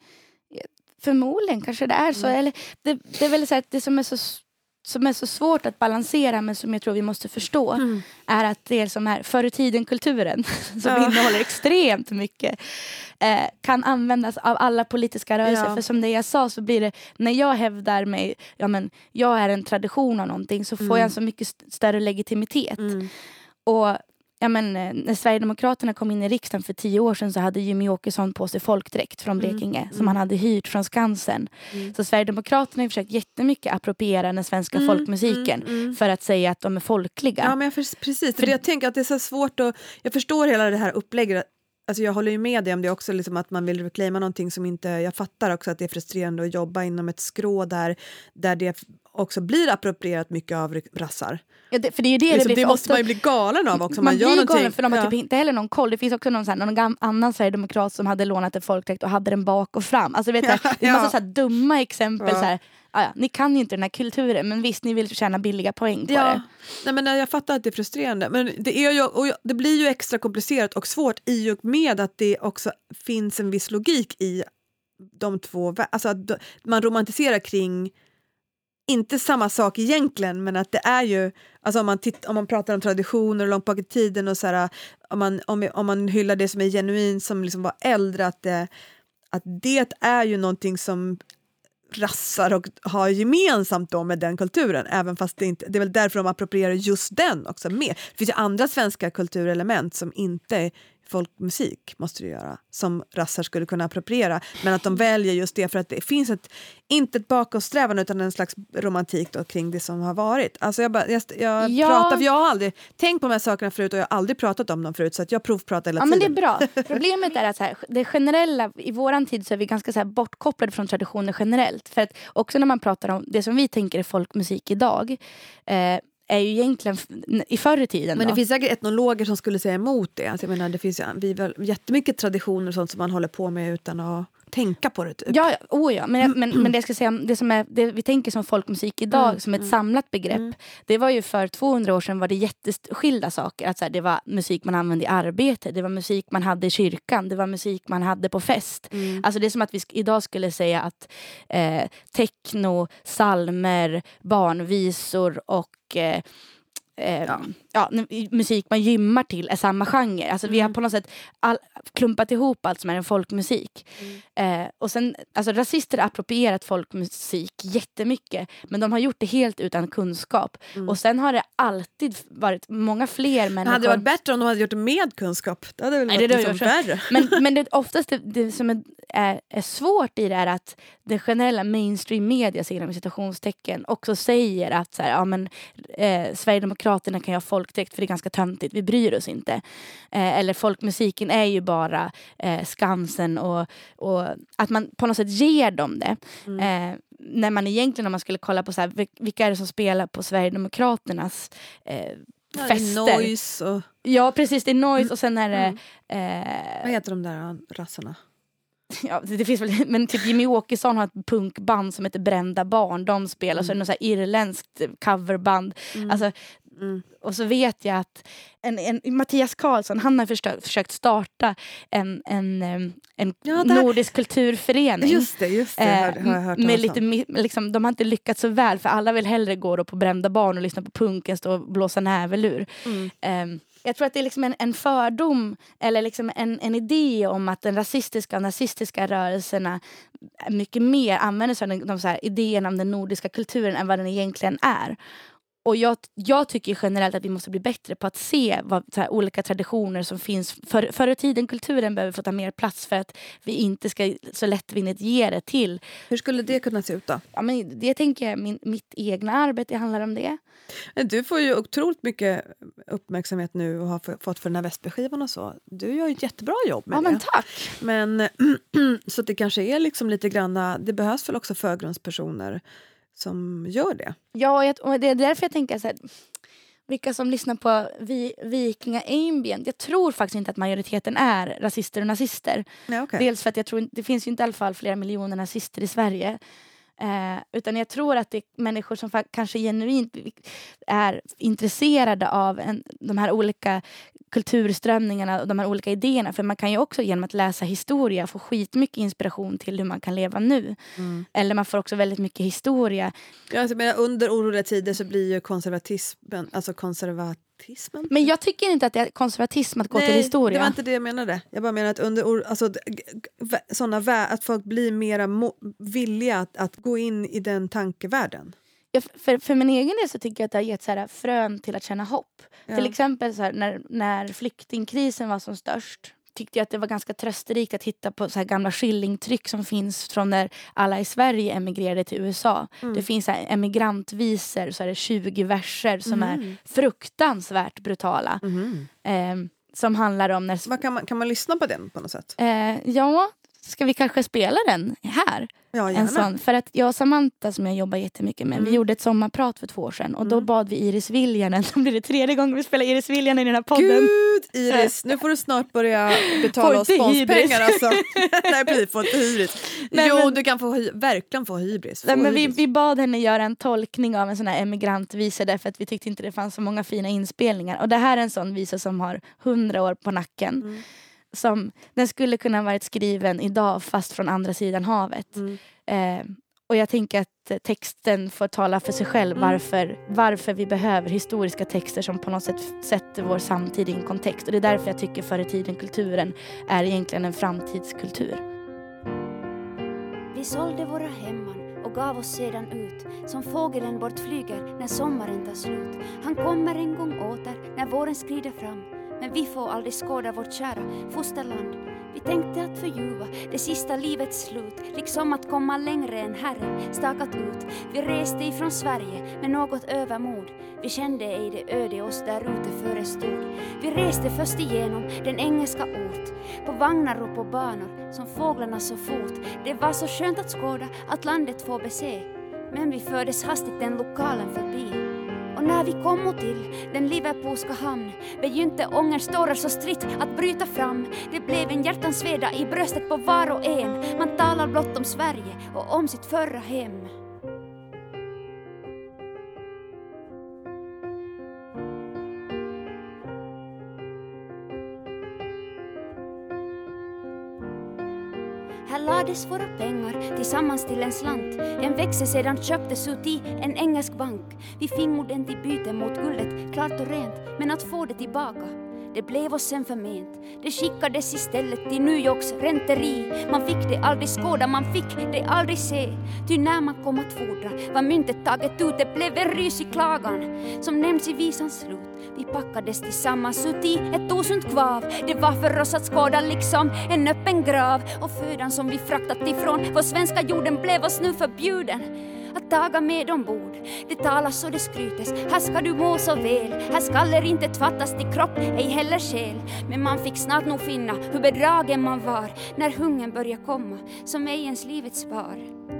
förmodligen kanske det är så. Mm. Eller det, det är väl så att det som är så, som är så svårt att balansera, men som jag tror vi måste förstå, mm. är att det är som här förr i tiden kulturen som ja. innehåller extremt mycket eh, kan användas av alla politiska rörelser. Ja. För som det jag sa, så blir det, när jag hävdar mig, ja men jag är en tradition av någonting, så får mm. jag en så mycket st- större legitimitet. Mm. Och ja, men, när Sverigedemokraterna kom in i riksdagen för tio år sedan, så hade Jimmy Åkesson på sig folkdräkt från Blekinge mm. som han hade hyrt från Skansen. Mm. Så Sverigedemokraterna har försökt jättemycket appropriera den svenska mm. folkmusiken mm. Mm. för att säga att de är folkliga. Ja, men jag för, precis. För jag tänker att det är så svårt att, jag förstår hela det här upplägget. Alltså jag håller ju med dig om det också, liksom att man vill reclaima någonting som inte, jag fattar också att det är frustrerande att jobba inom ett skrå där, där det också blir approprierat mycket av rassar. Ja, det, för det är ju det, liksom, det, det måste ofta, man ju bli galen av också. Man, man gör blir någonting. galen för de har ja. typ inte heller någon koll. Det finns också någon, så här, någon annan sverigedemokrat som hade lånat en folkdräkt och hade den bak och fram. Alltså vet ja, jag, det är ja. massa så här dumma exempel. Ja. Så här, ja, ni kan ju inte den här kulturen, men visst, ni vill tjäna billiga poäng på ja. det. Nej, men jag fattar att det är frustrerande. Men det, är ju, och det blir ju extra komplicerat och svårt i och med att det också finns en viss logik i de två. Alltså att man romantiserar kring inte samma sak egentligen, men att det är ju, alltså om man, titt, om man pratar om traditioner och långt bak i tiden och så här, om man, om, om man hyllar det som är genuint, som liksom var äldre, att det, att det är ju någonting som rassar och har gemensamt då med den kulturen, även fast det inte, det är väl därför de approprierar just den också med. Det finns ju andra svenska kulturelement som inte är folkmusik, måste det göra, som rassar skulle kunna appropriera, men att de väljer just det för att det finns ett, inte ett bakåtsträvan utan en slags romantik då kring det som har varit. Alltså jag, bara, jag, jag ja. pratar, för jag har aldrig tänkt på de här sakerna förut och jag har aldrig pratat om dem förut, så att jag provpratar hela ja, tiden. Men det är bra. Problemet är att så här, det generella, i våran tid så är vi ganska så här bortkopplade från traditioner generellt, för att också när man pratar om det som vi tänker är folkmusik idag, eh, är ju egentligen i förr i tiden. Men då. det finns säkert etnologer som skulle säga emot det. Alltså jag menar, det finns ju vi väl jättemycket traditioner och sånt som man håller på med utan att tänka på det. Typ. Ja, oh ja. Men, men, men det jag ska säga, det som är, det vi tänker som folkmusik idag mm, som ett mm, samlat begrepp, mm. det var ju för tvåhundra år sedan var det jätteskilda saker. Att så här, det var musik man använde i arbete, det var musik man hade i kyrkan, det var musik man hade på fest. Mm. Alltså det är som att vi sk- idag skulle säga att eh, techno, salmer, barnvisor och eh, Eh, ja. Ja, musik man gymmar till är samma genre. Alltså mm. vi har på något sätt all, klumpat ihop allt som är en folkmusik. Mm. Eh, och sen, alltså rasister har approprierat folkmusik jättemycket, men de har gjort det helt utan kunskap. Mm. Och sen har det alltid varit många fler människor. Hade det varit bättre om de hade gjort det med kunskap? Det hade väl varit Nej, det liksom värre. Men, men det, oftast det, det som är, är, är svårt i det är att den generella mainstream media, inom citationstecken, också säger att så här, ja, men, eh, Sverigedemokraterna kan ju ha folkdräkt för det är ganska töntigt, vi bryr oss inte. Eh, eller folkmusiken är ju bara eh, Skansen och, och att man på något sätt ger dem det. Mm. Eh, när man egentligen, om man skulle kolla på så här, vilka är det som spelar på Sverigedemokraternas eh, ja, fester. Noise och... Ja, precis, det är Noise och sen är det... Mm. Eh, Vad heter de där rassarna? Ja, det finns väl, men typ Jimmy Åkesson har ett punkband som heter Brända barn. De spelar, mm. så är det något så här irländskt coverband. Mm. Alltså, mm. Och så vet jag att en, en, Mattias Karlsson, han har försökt, försökt starta en, en, en ja, nordisk kulturförening. Just det, just det. Eh, har, har jag hört med lite, liksom, de har inte lyckats så väl, för alla vill hellre gå då på Brända barn och lyssna på punken, stå och blåsa nävelur. Mm. Eh, Jag tror att det är liksom en, en fördom eller liksom en, en idé om att den rasistiska och nazistiska rörelserna mycket mer använder sig av de, de så här idéerna om den nordiska kulturen än vad den egentligen är. Och jag, jag tycker generellt att vi måste bli bättre på att se vad så här, olika traditioner som finns. För, förr i tiden, kulturen behöver få ta mer plats för att vi inte ska så lättvindigt ge det till. Hur skulle det kunna se ut då? Ja, men det tänker jag, min, mitt egna arbete handlar om det. Du får ju otroligt mycket uppmärksamhet nu och har fått för den här Vesperskivan och så. Du gör ju ett jättebra jobb med ja, det. Men tack! Men så det kanske är liksom lite granna, det behövs väl också förgrundspersoner som gör det. Ja, och det är därför jag tänker så här, vilka som lyssnar på vi, Vikinga Ambient. Jag tror faktiskt inte att majoriteten är rasister och nazister. Ja, okay. Dels för att jag tror det finns ju inte i alla fall flera miljoner nazister i Sverige. Eh, utan jag tror att det är människor som kanske genuint är intresserade av en, de här olika kulturströmningarna och de här olika idéerna. För man kan ju också genom att läsa historia få skitmycket inspiration till hur man kan leva nu. Mm. Eller man får också väldigt mycket historia. Ja, alltså, men under oroliga tider så blir ju konservatismen, alltså konservatismen. Men jag tycker inte att det är konservatism att gå Nej, till historia. Det var inte det jag menade. Jag bara menar att under alltså, såna, att folk blir mera mo- villiga att, att gå in i den tankevärlden. Ja, för, för min egen del så tycker jag att det har gett så här frön till att känna hopp. Ja. Till exempel så här, när, när flyktingkrisen var som störst tyckte jag att det var ganska trösterikt att hitta på så här gamla skillingtryck som finns från när alla i Sverige emigrerade till U S A. Mm. Det finns så här emigrantvisor, så är det tjugo verser som mm. är fruktansvärt brutala. Mm. Eh, som handlar om när... Vad kan, man, kan man lyssna på den på något sätt? Eh, ja, ska vi kanske spela den här? Ja, en sån, för att jag och Samantha som jag jobbar jättemycket med, mm. vi gjorde ett sommarprat för två år sedan och mm. då bad vi Iris Viljanen, som blir det tredje gången vi spelar Iris Viljanen i den här podden. Gud Iris, nu får du snart börja betala oss sponspengar alltså. Nej, precis, få inte hybris. Nej, jo, men, du kan få hy- verkligen få hybris. Få nej, men hybris. Vi, vi bad henne göra en tolkning av en sån här emigrantvisa därför att vi tyckte inte det fanns så många fina inspelningar. Och det här är en sån visa som har hundra år på nacken. Mm. Som, den skulle kunna varit skriven idag fast från andra sidan havet. Mm. Eh, och jag tänker att texten får tala för sig själv varför, varför vi behöver historiska texter som på något sätt sätter vår samtid i en kontext. Och det är därför jag tycker förr i tiden kulturen är egentligen en framtidskultur. Vi sålde våra hemman och gav oss sedan ut som fågeln bort flyger när sommaren tar slut. Han kommer en gång åter när våren skrider fram, men vi får aldrig skåda vårt kära fosterland. Vi tänkte att förljuva det sista livets slut, liksom att komma längre än Herren stakat ut. Vi reste ifrån Sverige med något övermod. Vi kände ej det öde oss där ute förestod. Vi reste först igenom den engelska ort, på vagnar och på banor som fåglarna så fort. Det var så skönt att skåda att landet får bese, men vi fördes hastigt den lokalen förbi. Och när vi kom till den Liverpoolska hamn begynte ångerns tårar så stritt att bryta fram. Det blev en hjärtansveda i bröstet på var och en. Man talar blott om Sverige och om sitt förra hem. Här lades våra pengar tillsammans till en slant. En växel sedan köptes ut i en engelsk bank. Vi fick den till byte mot guldet, klart och rent. Men att få det tillbaka, det blev oss sen förment. Det skickades istället till New Yorks ränteri. Man fick det aldrig skåda, man fick det aldrig se. Ty när man kom att fordra var myntet taget ut. Det blev en rys i klagan som nämns i visans slut. Vi packades tillsammans ut i ett osunt kvav. Det var för oss att skåda liksom en öppen grav. Och födan som vi fraktat ifrån vår svenska jorden blev oss nu förbjuden att taga med ombord. Det talas och det skrytes, här ska du må så väl. Här skaller inte tvattas till kropp, ej heller själ. Men man fick snart nog finna hur bedragen man var när hungern började komma som ej ens livets svar.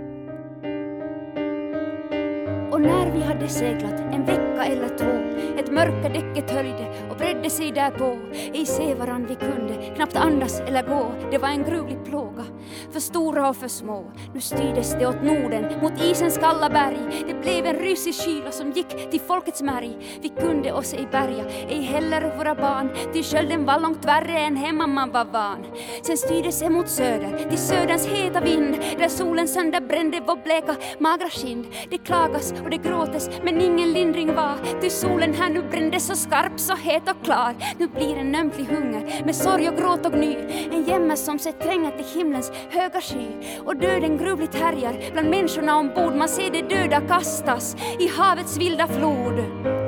Och när vi hade seglat en vecka eller två, ett mörkerdäcket höjde och bredde sig därpå. Ej se varann vi kunde, knappt andas eller gå. Det var en gruvlig plåga, för stora och för små. Nu styrdes det åt Norden, mot isens kalla berg. Det blev en rysig kyla som gick till folkets märg. Vi kunde oss ej bärga, ej heller våra barn. Till skölden var långt värre än hemma man var van. Sen styrdes det mot söder, till söderns heta vind, där solen sönder brände vår bleka magra kind. Det klagas och det gråtes, men ingen lindring var. Ty solen här nu brände så skarp, så het och klar. Nu blir en ömklig hunger med sorg och gråt och gny. En jämmer som sett tränga till himlens höga sky. Och döden gruvligt härjar bland människorna ombord. Man ser de döda kastas i havets vilda flod.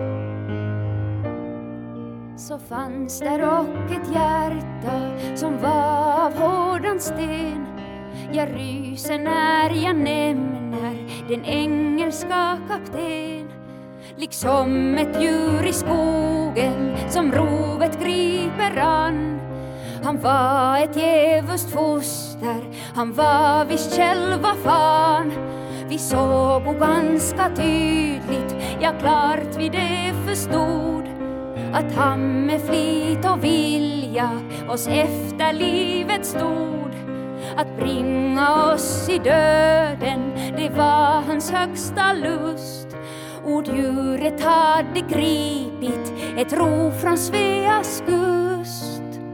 Så fanns där och ett hjärta som var av hårdan sten. Jag ryser när jag nämner den engelska kapten. Liksom ett djur i skogen som rovet griper an. Han var ett djävulskt foster, han var visst själva fan. Vi såg och ganska tydligt, ja klart vi det förstod, att han med flit och vilja oss efter livet stod. Att bringa oss i döden, det var hans högsta lust. Orddjuret hade gripit ett ro från Sveas kust.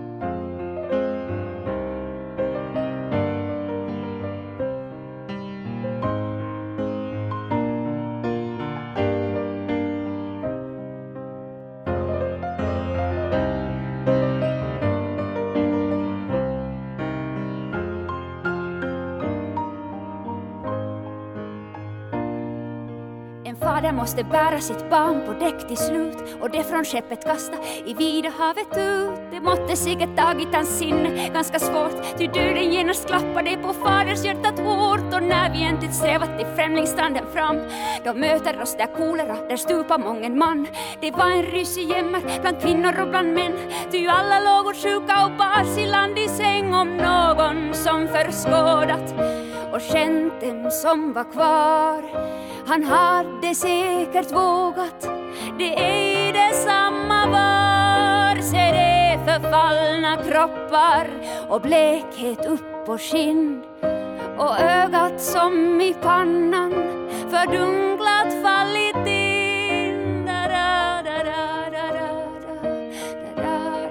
Fader måste bära sitt barn på däck till slut, och det från skeppet kasta i vida havet ut. Det måtte säkert tagit hans sinne ganska svårt, ty döden genast klappade på faders hjärtat hårt. Och när vi äntligen strävat till främlingsstranden fram, då möter oss där kolera, där stupar mången man. Det var en rysig jämmer bland kvinnor och bland män, ty alla låg och sjuka och bars i land i säng. Om någon som förskådat och känt dem som var kvar, han hade säkert vågat, det är detsamma var. Se det förfallna kroppar och blekhet upp på skinn, och ögat som i pannan fördunklat fallit in. Da, da, da, da, da, da, da, da,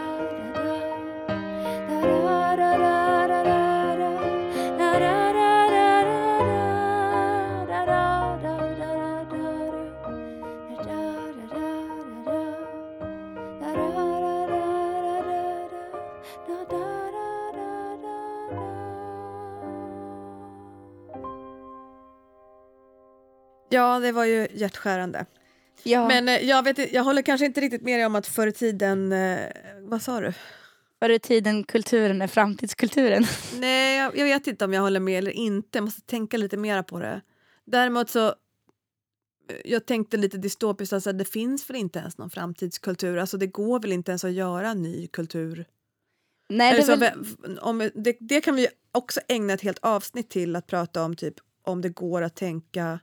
da, da, da, Ja, det var ju hjärtskärande. Ja. Men eh, jag, vet, jag håller kanske inte riktigt med dig om att förr i tiden... Eh, vad sa du? Förr i tiden kulturen är framtidskulturen. Nej, jag, jag vet inte om jag håller med eller inte. Jag måste tänka lite mer på det. Däremot så... Jag tänkte lite dystopiskt, alltså det finns väl inte ens någon framtidskultur. Alltså det går väl inte ens att göra ny kultur. Nej, det, så, väl... om, det, det kan vi också ägna ett helt avsnitt till, att prata om typ om det går att tänka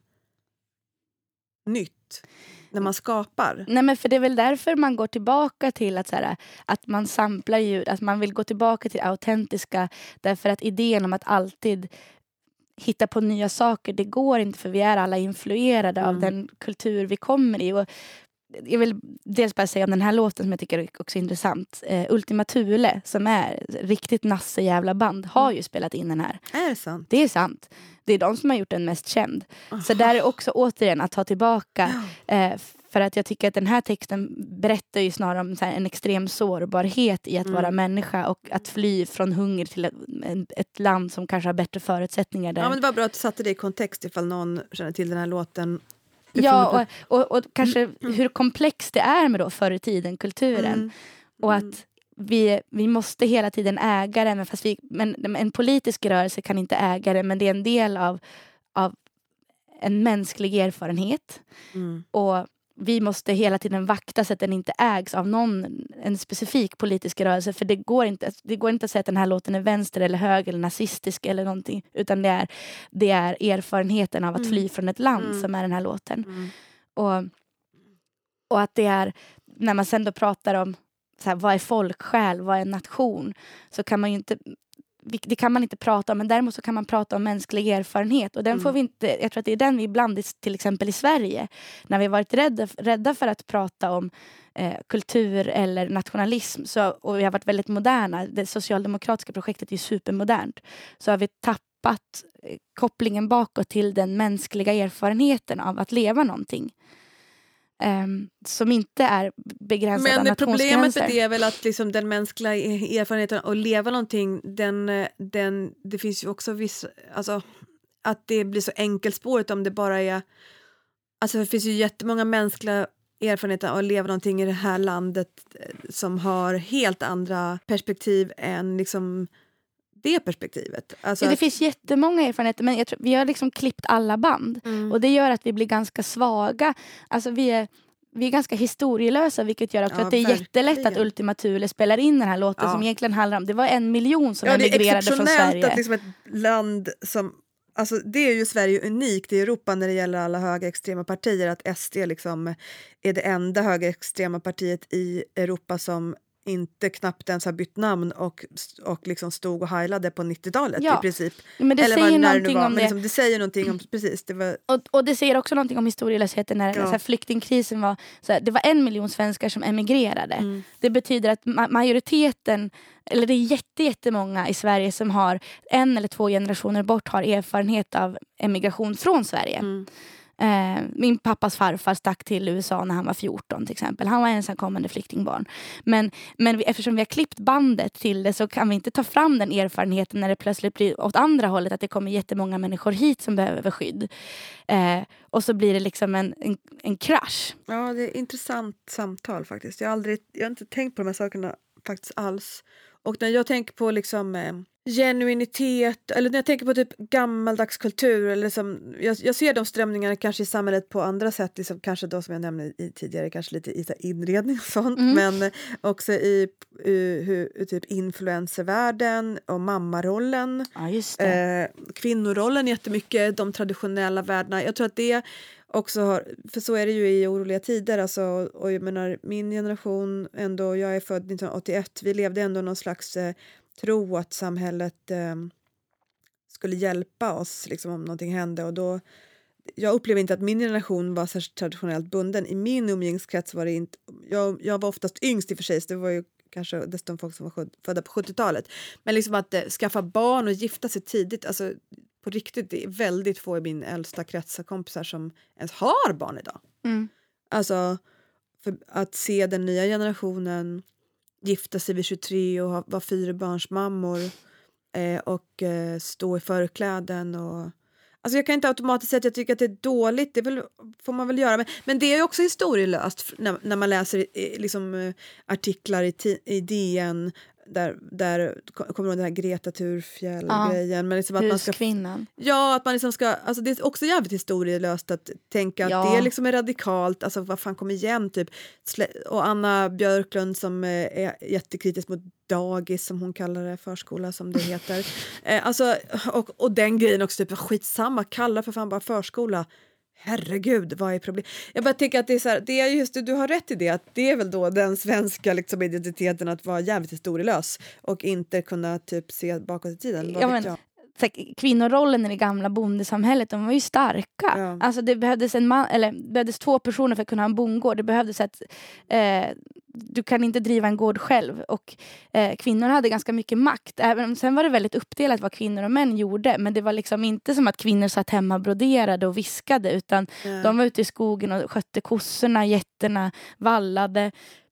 nytt när man skapar. Nej, men för det är väl därför man går tillbaka till att, så här, att man samplar ljud, att man vill gå tillbaka till autentiska, därför att idén om att alltid hitta på nya saker, det går inte, för vi är alla influerade mm. av den kultur vi kommer i. Och jag vill dels bara säga om den här låten som jag tycker är också intressant. Uh, Ultima Thule, som är riktigt nasse jävla band, har ju spelat in den här. Är det sant? Det är sant. Det är de som har gjort den mest känd. Aha. Så där är också återigen att ta tillbaka. Uh, för att jag tycker att den här texten berättar ju snarare om så här, en extrem sårbarhet i att mm. vara människa, och att fly från hunger till ett, ett land som kanske har bättre förutsättningar där. Ja, men det var bra att du satte det i kontext ifall någon känner till den här låten. Ja, och, och, och kanske mm. hur komplex det är med då förr i tiden kulturen. Mm. Mm. Och att vi, vi måste hela tiden äga den. Fast vi, men en politisk rörelse kan inte äga det, men det är en del av, av en mänsklig erfarenhet. Mm. Och vi måste hela tiden vakta så att den inte ägs av någon, en specifik politisk rörelse. För det går inte, det går inte att säga att den här låten är vänster eller höger eller nazistisk eller någonting. Utan det är, det är erfarenheten av att fly från ett land mm. som är den här låten. Mm. Och, och att det är, när man sen då pratar om så här, vad är folksjäl, vad är en nation, så kan man ju inte... Det kan man inte prata om, men däremot så kan man prata om mänsklig erfarenhet, och den mm. får vi inte, jag tror att det är den vi ibland till exempel i Sverige, när vi har varit rädda, rädda för att prata om eh, kultur eller nationalism, så, och vi har varit väldigt moderna, det socialdemokratiska projektet är supermodernt, så har vi tappat tappat eh, kopplingen bakåt till den mänskliga erfarenheten av att leva någonting. Um, som inte är begränsad av nationsgränser. Men problemet med det är väl att liksom den mänskliga erfarenheten att leva någonting, den, den, det finns ju också viss, alltså att det blir så enkelspårigt om det bara är, alltså det finns ju jättemånga mänskliga erfarenheter av att leva någonting i det här landet som har helt andra perspektiv än liksom det perspektivet. Alltså ja, det att... finns jättemånga erfarenheter, men jag tror, vi har liksom klippt alla band. Mm. Och det gör att vi blir ganska svaga. Alltså vi är, vi är ganska historielösa, vilket gör också ja, att det är verkligen jättelätt att Ultima Thule spelar in den här låten ja. som egentligen handlar om, det var en miljon som ja, emigrerade från Sverige. Ja, det är exceptionellt att liksom ett land som, alltså det är ju Sverige unikt i Europa när det gäller alla högerextrema partier, att S D liksom är det enda högerextrema partiet i Europa som inte knappt ens har bytt namn och, och liksom stod och heilade på nittiotalet ja. i princip. Men det Eller säger vad det någonting var. om Men det. liksom, det säger någonting om precis. Det var... och, och det säger också någonting om historielösheten när ja. så här, flyktingkrisen var så här, det var en miljon svenskar som emigrerade. Mm. Det betyder att ma- majoriteten, eller det är jätte, jättemånga i Sverige som har en eller två generationer bort har erfarenhet av emigration från Sverige. Mm. Eh, min pappas farfar stack till U S A när han var fjorton till exempel. Han var ensamkommande flyktingbarn. Men, men vi, eftersom vi har klippt bandet till det så kan vi inte ta fram den erfarenheten när det plötsligt blir åt andra hållet, att det kommer jättemånga människor hit som behöver skydd. Eh, och så blir det liksom en, en, en krasch. Ja, det är intressant samtal faktiskt. Jag har, aldrig, jag har inte tänkt på de här sakerna faktiskt alls. Och när jag tänker på liksom eh, genuinitet, eller när jag tänker på typ gammaldags kultur, eller liksom, jag, jag ser de strömningarna kanske i samhället på andra sätt, liksom, kanske då som jag nämnde i, tidigare, kanske lite i inredning och sånt, mm. men också i, i, i, i typ influencervärlden och mammarollen, ja, just det. Eh, kvinnorollen jättemycket, de traditionella värdena. Jag tror att det också har, för så är det ju i oroliga tider, alltså, och jag menar min generation ändå, jag är född nittonhundraåttioett, vi levde ändå någon slags eh, tro att samhället eh, skulle hjälpa oss liksom, om någonting hände, och då jag upplever inte att min generation var särskilt traditionellt bunden. I min umgängeskrets var det inte, jag, jag var oftast yngst i och för sig, så det var ju kanske dessutom folk som var födda på sjuttiotalet, men liksom att eh, skaffa barn och gifta sig tidigt, alltså på riktigt, det är väldigt få i min äldsta krets av kompisar som ens har barn idag. Mm. Alltså, för att se den nya generationen gifta sig vid tjugotre och ha, vara fyra barns mammor eh, och eh, stå i förkläden. Och, alltså jag kan inte automatiskt säga att jag tycker att det är dåligt, det väl, får man väl göra. Men, men det är ju också historielöst när, när man läser eh, liksom, eh, artiklar i, t- i D N där, där kommer den här Greta Thurfjell-grejen. Ja, liksom att man ska, huskvinnan. Ja, att man liksom ska, alltså det är också jävligt historielöst att tänka ja. att det liksom är radikalt, alltså vad fan kommer igen typ. Och Anna Björklund som är jättekritisk mot dagis, som hon kallar det, förskola som det heter. eh, alltså, och, och den grejen också, typ skitsamma, kalla för fan bara förskola. Herregud, vad är problemet? Jag bara tänker att det är så här, det är just det, du har rätt i det, att det är väl då den svenska liksom, identiteten att vara jävligt historielös och inte kunna typ se bakåt i tiden. Ja, men, så, kvinnorollen i det gamla bondesamhället, de var ju starka. Ja. Alltså det behövdes en man, eller det behövdes två personer för att kunna ha en bondgård. Det behövdes att eh, du kan inte driva en gård själv, och eh, kvinnor hade ganska mycket makt. Även sen var det väldigt uppdelat vad kvinnor och män gjorde, men det var liksom inte som att kvinnor satt hemma och broderade och viskade, utan ja. de var ute i skogen och skötte kossorna, getterna, vallade,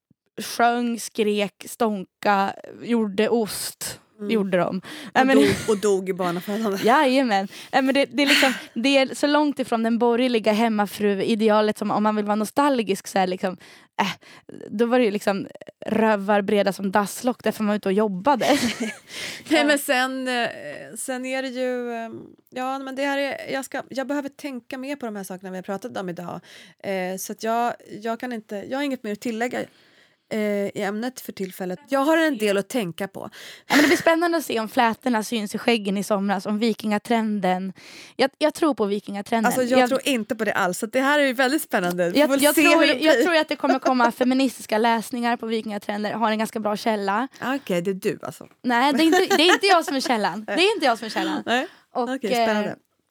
sjöng, skrek, stånka, gjorde ost. Mm. Gjorde de. Och, äh, men, dog, och dog i barnafödande. Jajamän. Äh, men det, det, är liksom, det är så långt ifrån den borgerliga hemmafru-idealet som om man vill vara nostalgisk så här, liksom, äh, då var det ju liksom rövar breda som dasslock därför man var ute och jobbade. Nej, men sen, sen är det ju ja, men det här är, jag, ska, jag behöver tänka mer på de här sakerna vi har pratat om idag. Eh, så att jag, jag kan inte, jag har inget mer att tillägga i ämnet för tillfället. Jag har en del att tänka på. Ja, men det blir spännande att se om flätorna syns i skäggen i somras, om vikingatrenden. Jag, jag tror på vikingatrenden. Alltså jag, jag tror inte på det alls. Så det här är ju väldigt spännande. Jag, jag, tror, jag tror att det kommer komma feministiska läsningar på vikingatrender. Har en ganska bra källa. Okej, okay, det är du alltså. Nej, det är, inte, det är inte jag som är källan. Det är inte jag som är källan. Nej. Okej, okay, spännande.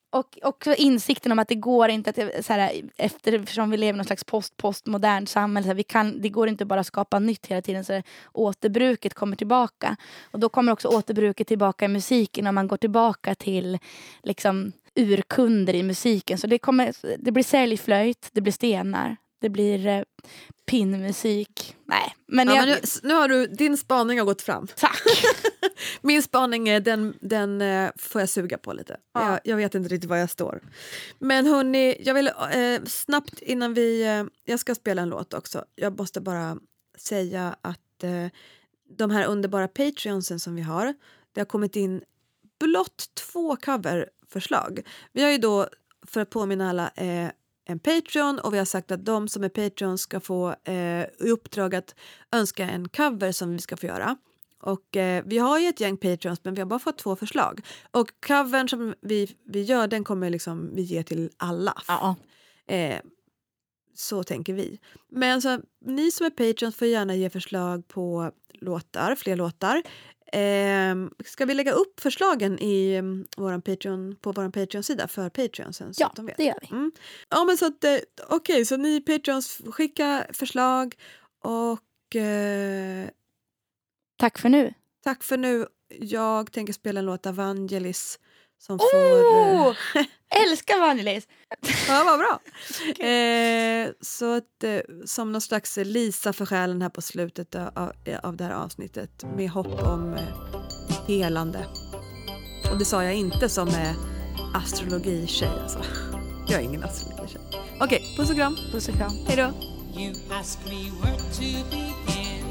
Och också insikten om att det går inte att, så här, eftersom vi lever i någon slags post-postmodern samhälle, så här, vi kan, det går inte bara att skapa nytt hela tiden, så här, återbruket kommer tillbaka. Och då kommer också återbruket tillbaka i musiken om man går tillbaka till liksom urkunder i musiken. Så det, kommer, det blir säljflöjt, det blir stenar, det blir eh, pinnmusik. Nej, men, ja, jag, men nu, nu har du, din spaning har gått fram. Tack. Min spaning är den, den eh, får jag suga på lite. Ja. Jag, jag vet inte riktigt var jag står. Men hörni, jag vill eh, snabbt innan vi, eh, jag ska spela en låt också. Jag måste bara säga att eh, de här underbara Patreonsen som vi har, det har kommit in blott två coverförslag. Vi har ju då, för att påminna alla, eh, en Patreon, och vi har sagt att de som är Patreon ska få eh, i uppdrag att önska en cover som vi ska få göra. Och eh, vi har ju ett gäng Patreons, men vi har bara fått två förslag. Och covern som vi, vi gör, den kommer liksom vi ge till alla. Ja. Eh, så tänker vi. Men så, ni som är Patreons får gärna ge förslag på låtar, fler låtar. Eh, ska vi lägga upp förslagen i um, våran Patreon, på vår Patreon-sida för Patreonsen? Så Ja, att de vet. det gör vi. Mm. Ja, men så att, eh, okej, okay, så ni Patreons, skicka förslag och eh, Tack för nu. tack för nu. Jag tänker spela en låt av Vangelis som Oh! får... Eh, Älskar Vangelis. ja, vad bra. eh, så att, eh, som någon slags Lisa för själen här på slutet av, av det här avsnittet, med hopp om eh, helande. Och det sa jag inte som eh, astrologi-tjej alltså. Jag är ingen astrologi-tjej. Okej, okay, puss och kram. Puss och kram. Hej då. You ask me where to begin.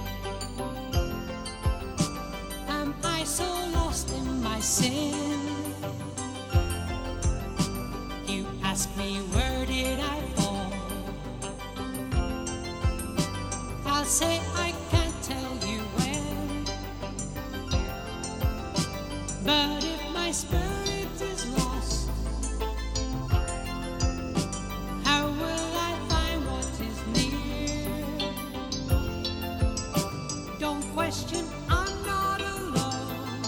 Am I so lost in my sin? You ask me where did I fall? I'll say I can't tell you when. But if my spirit is lost, how will I find what is near? Don't question, I'm not alone.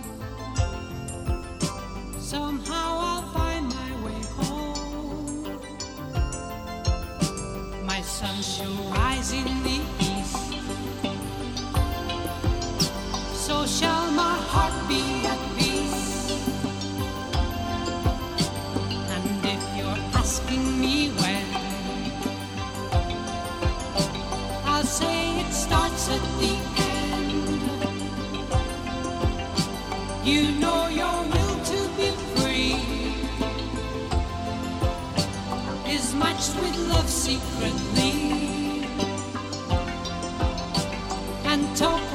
Somehow I'll find my way home. My sun shall rise in the east, so shall my heart be at peace. And if you're asking me when, I'll say it starts at the end. You know your will to be free is matched with love secretly, and talk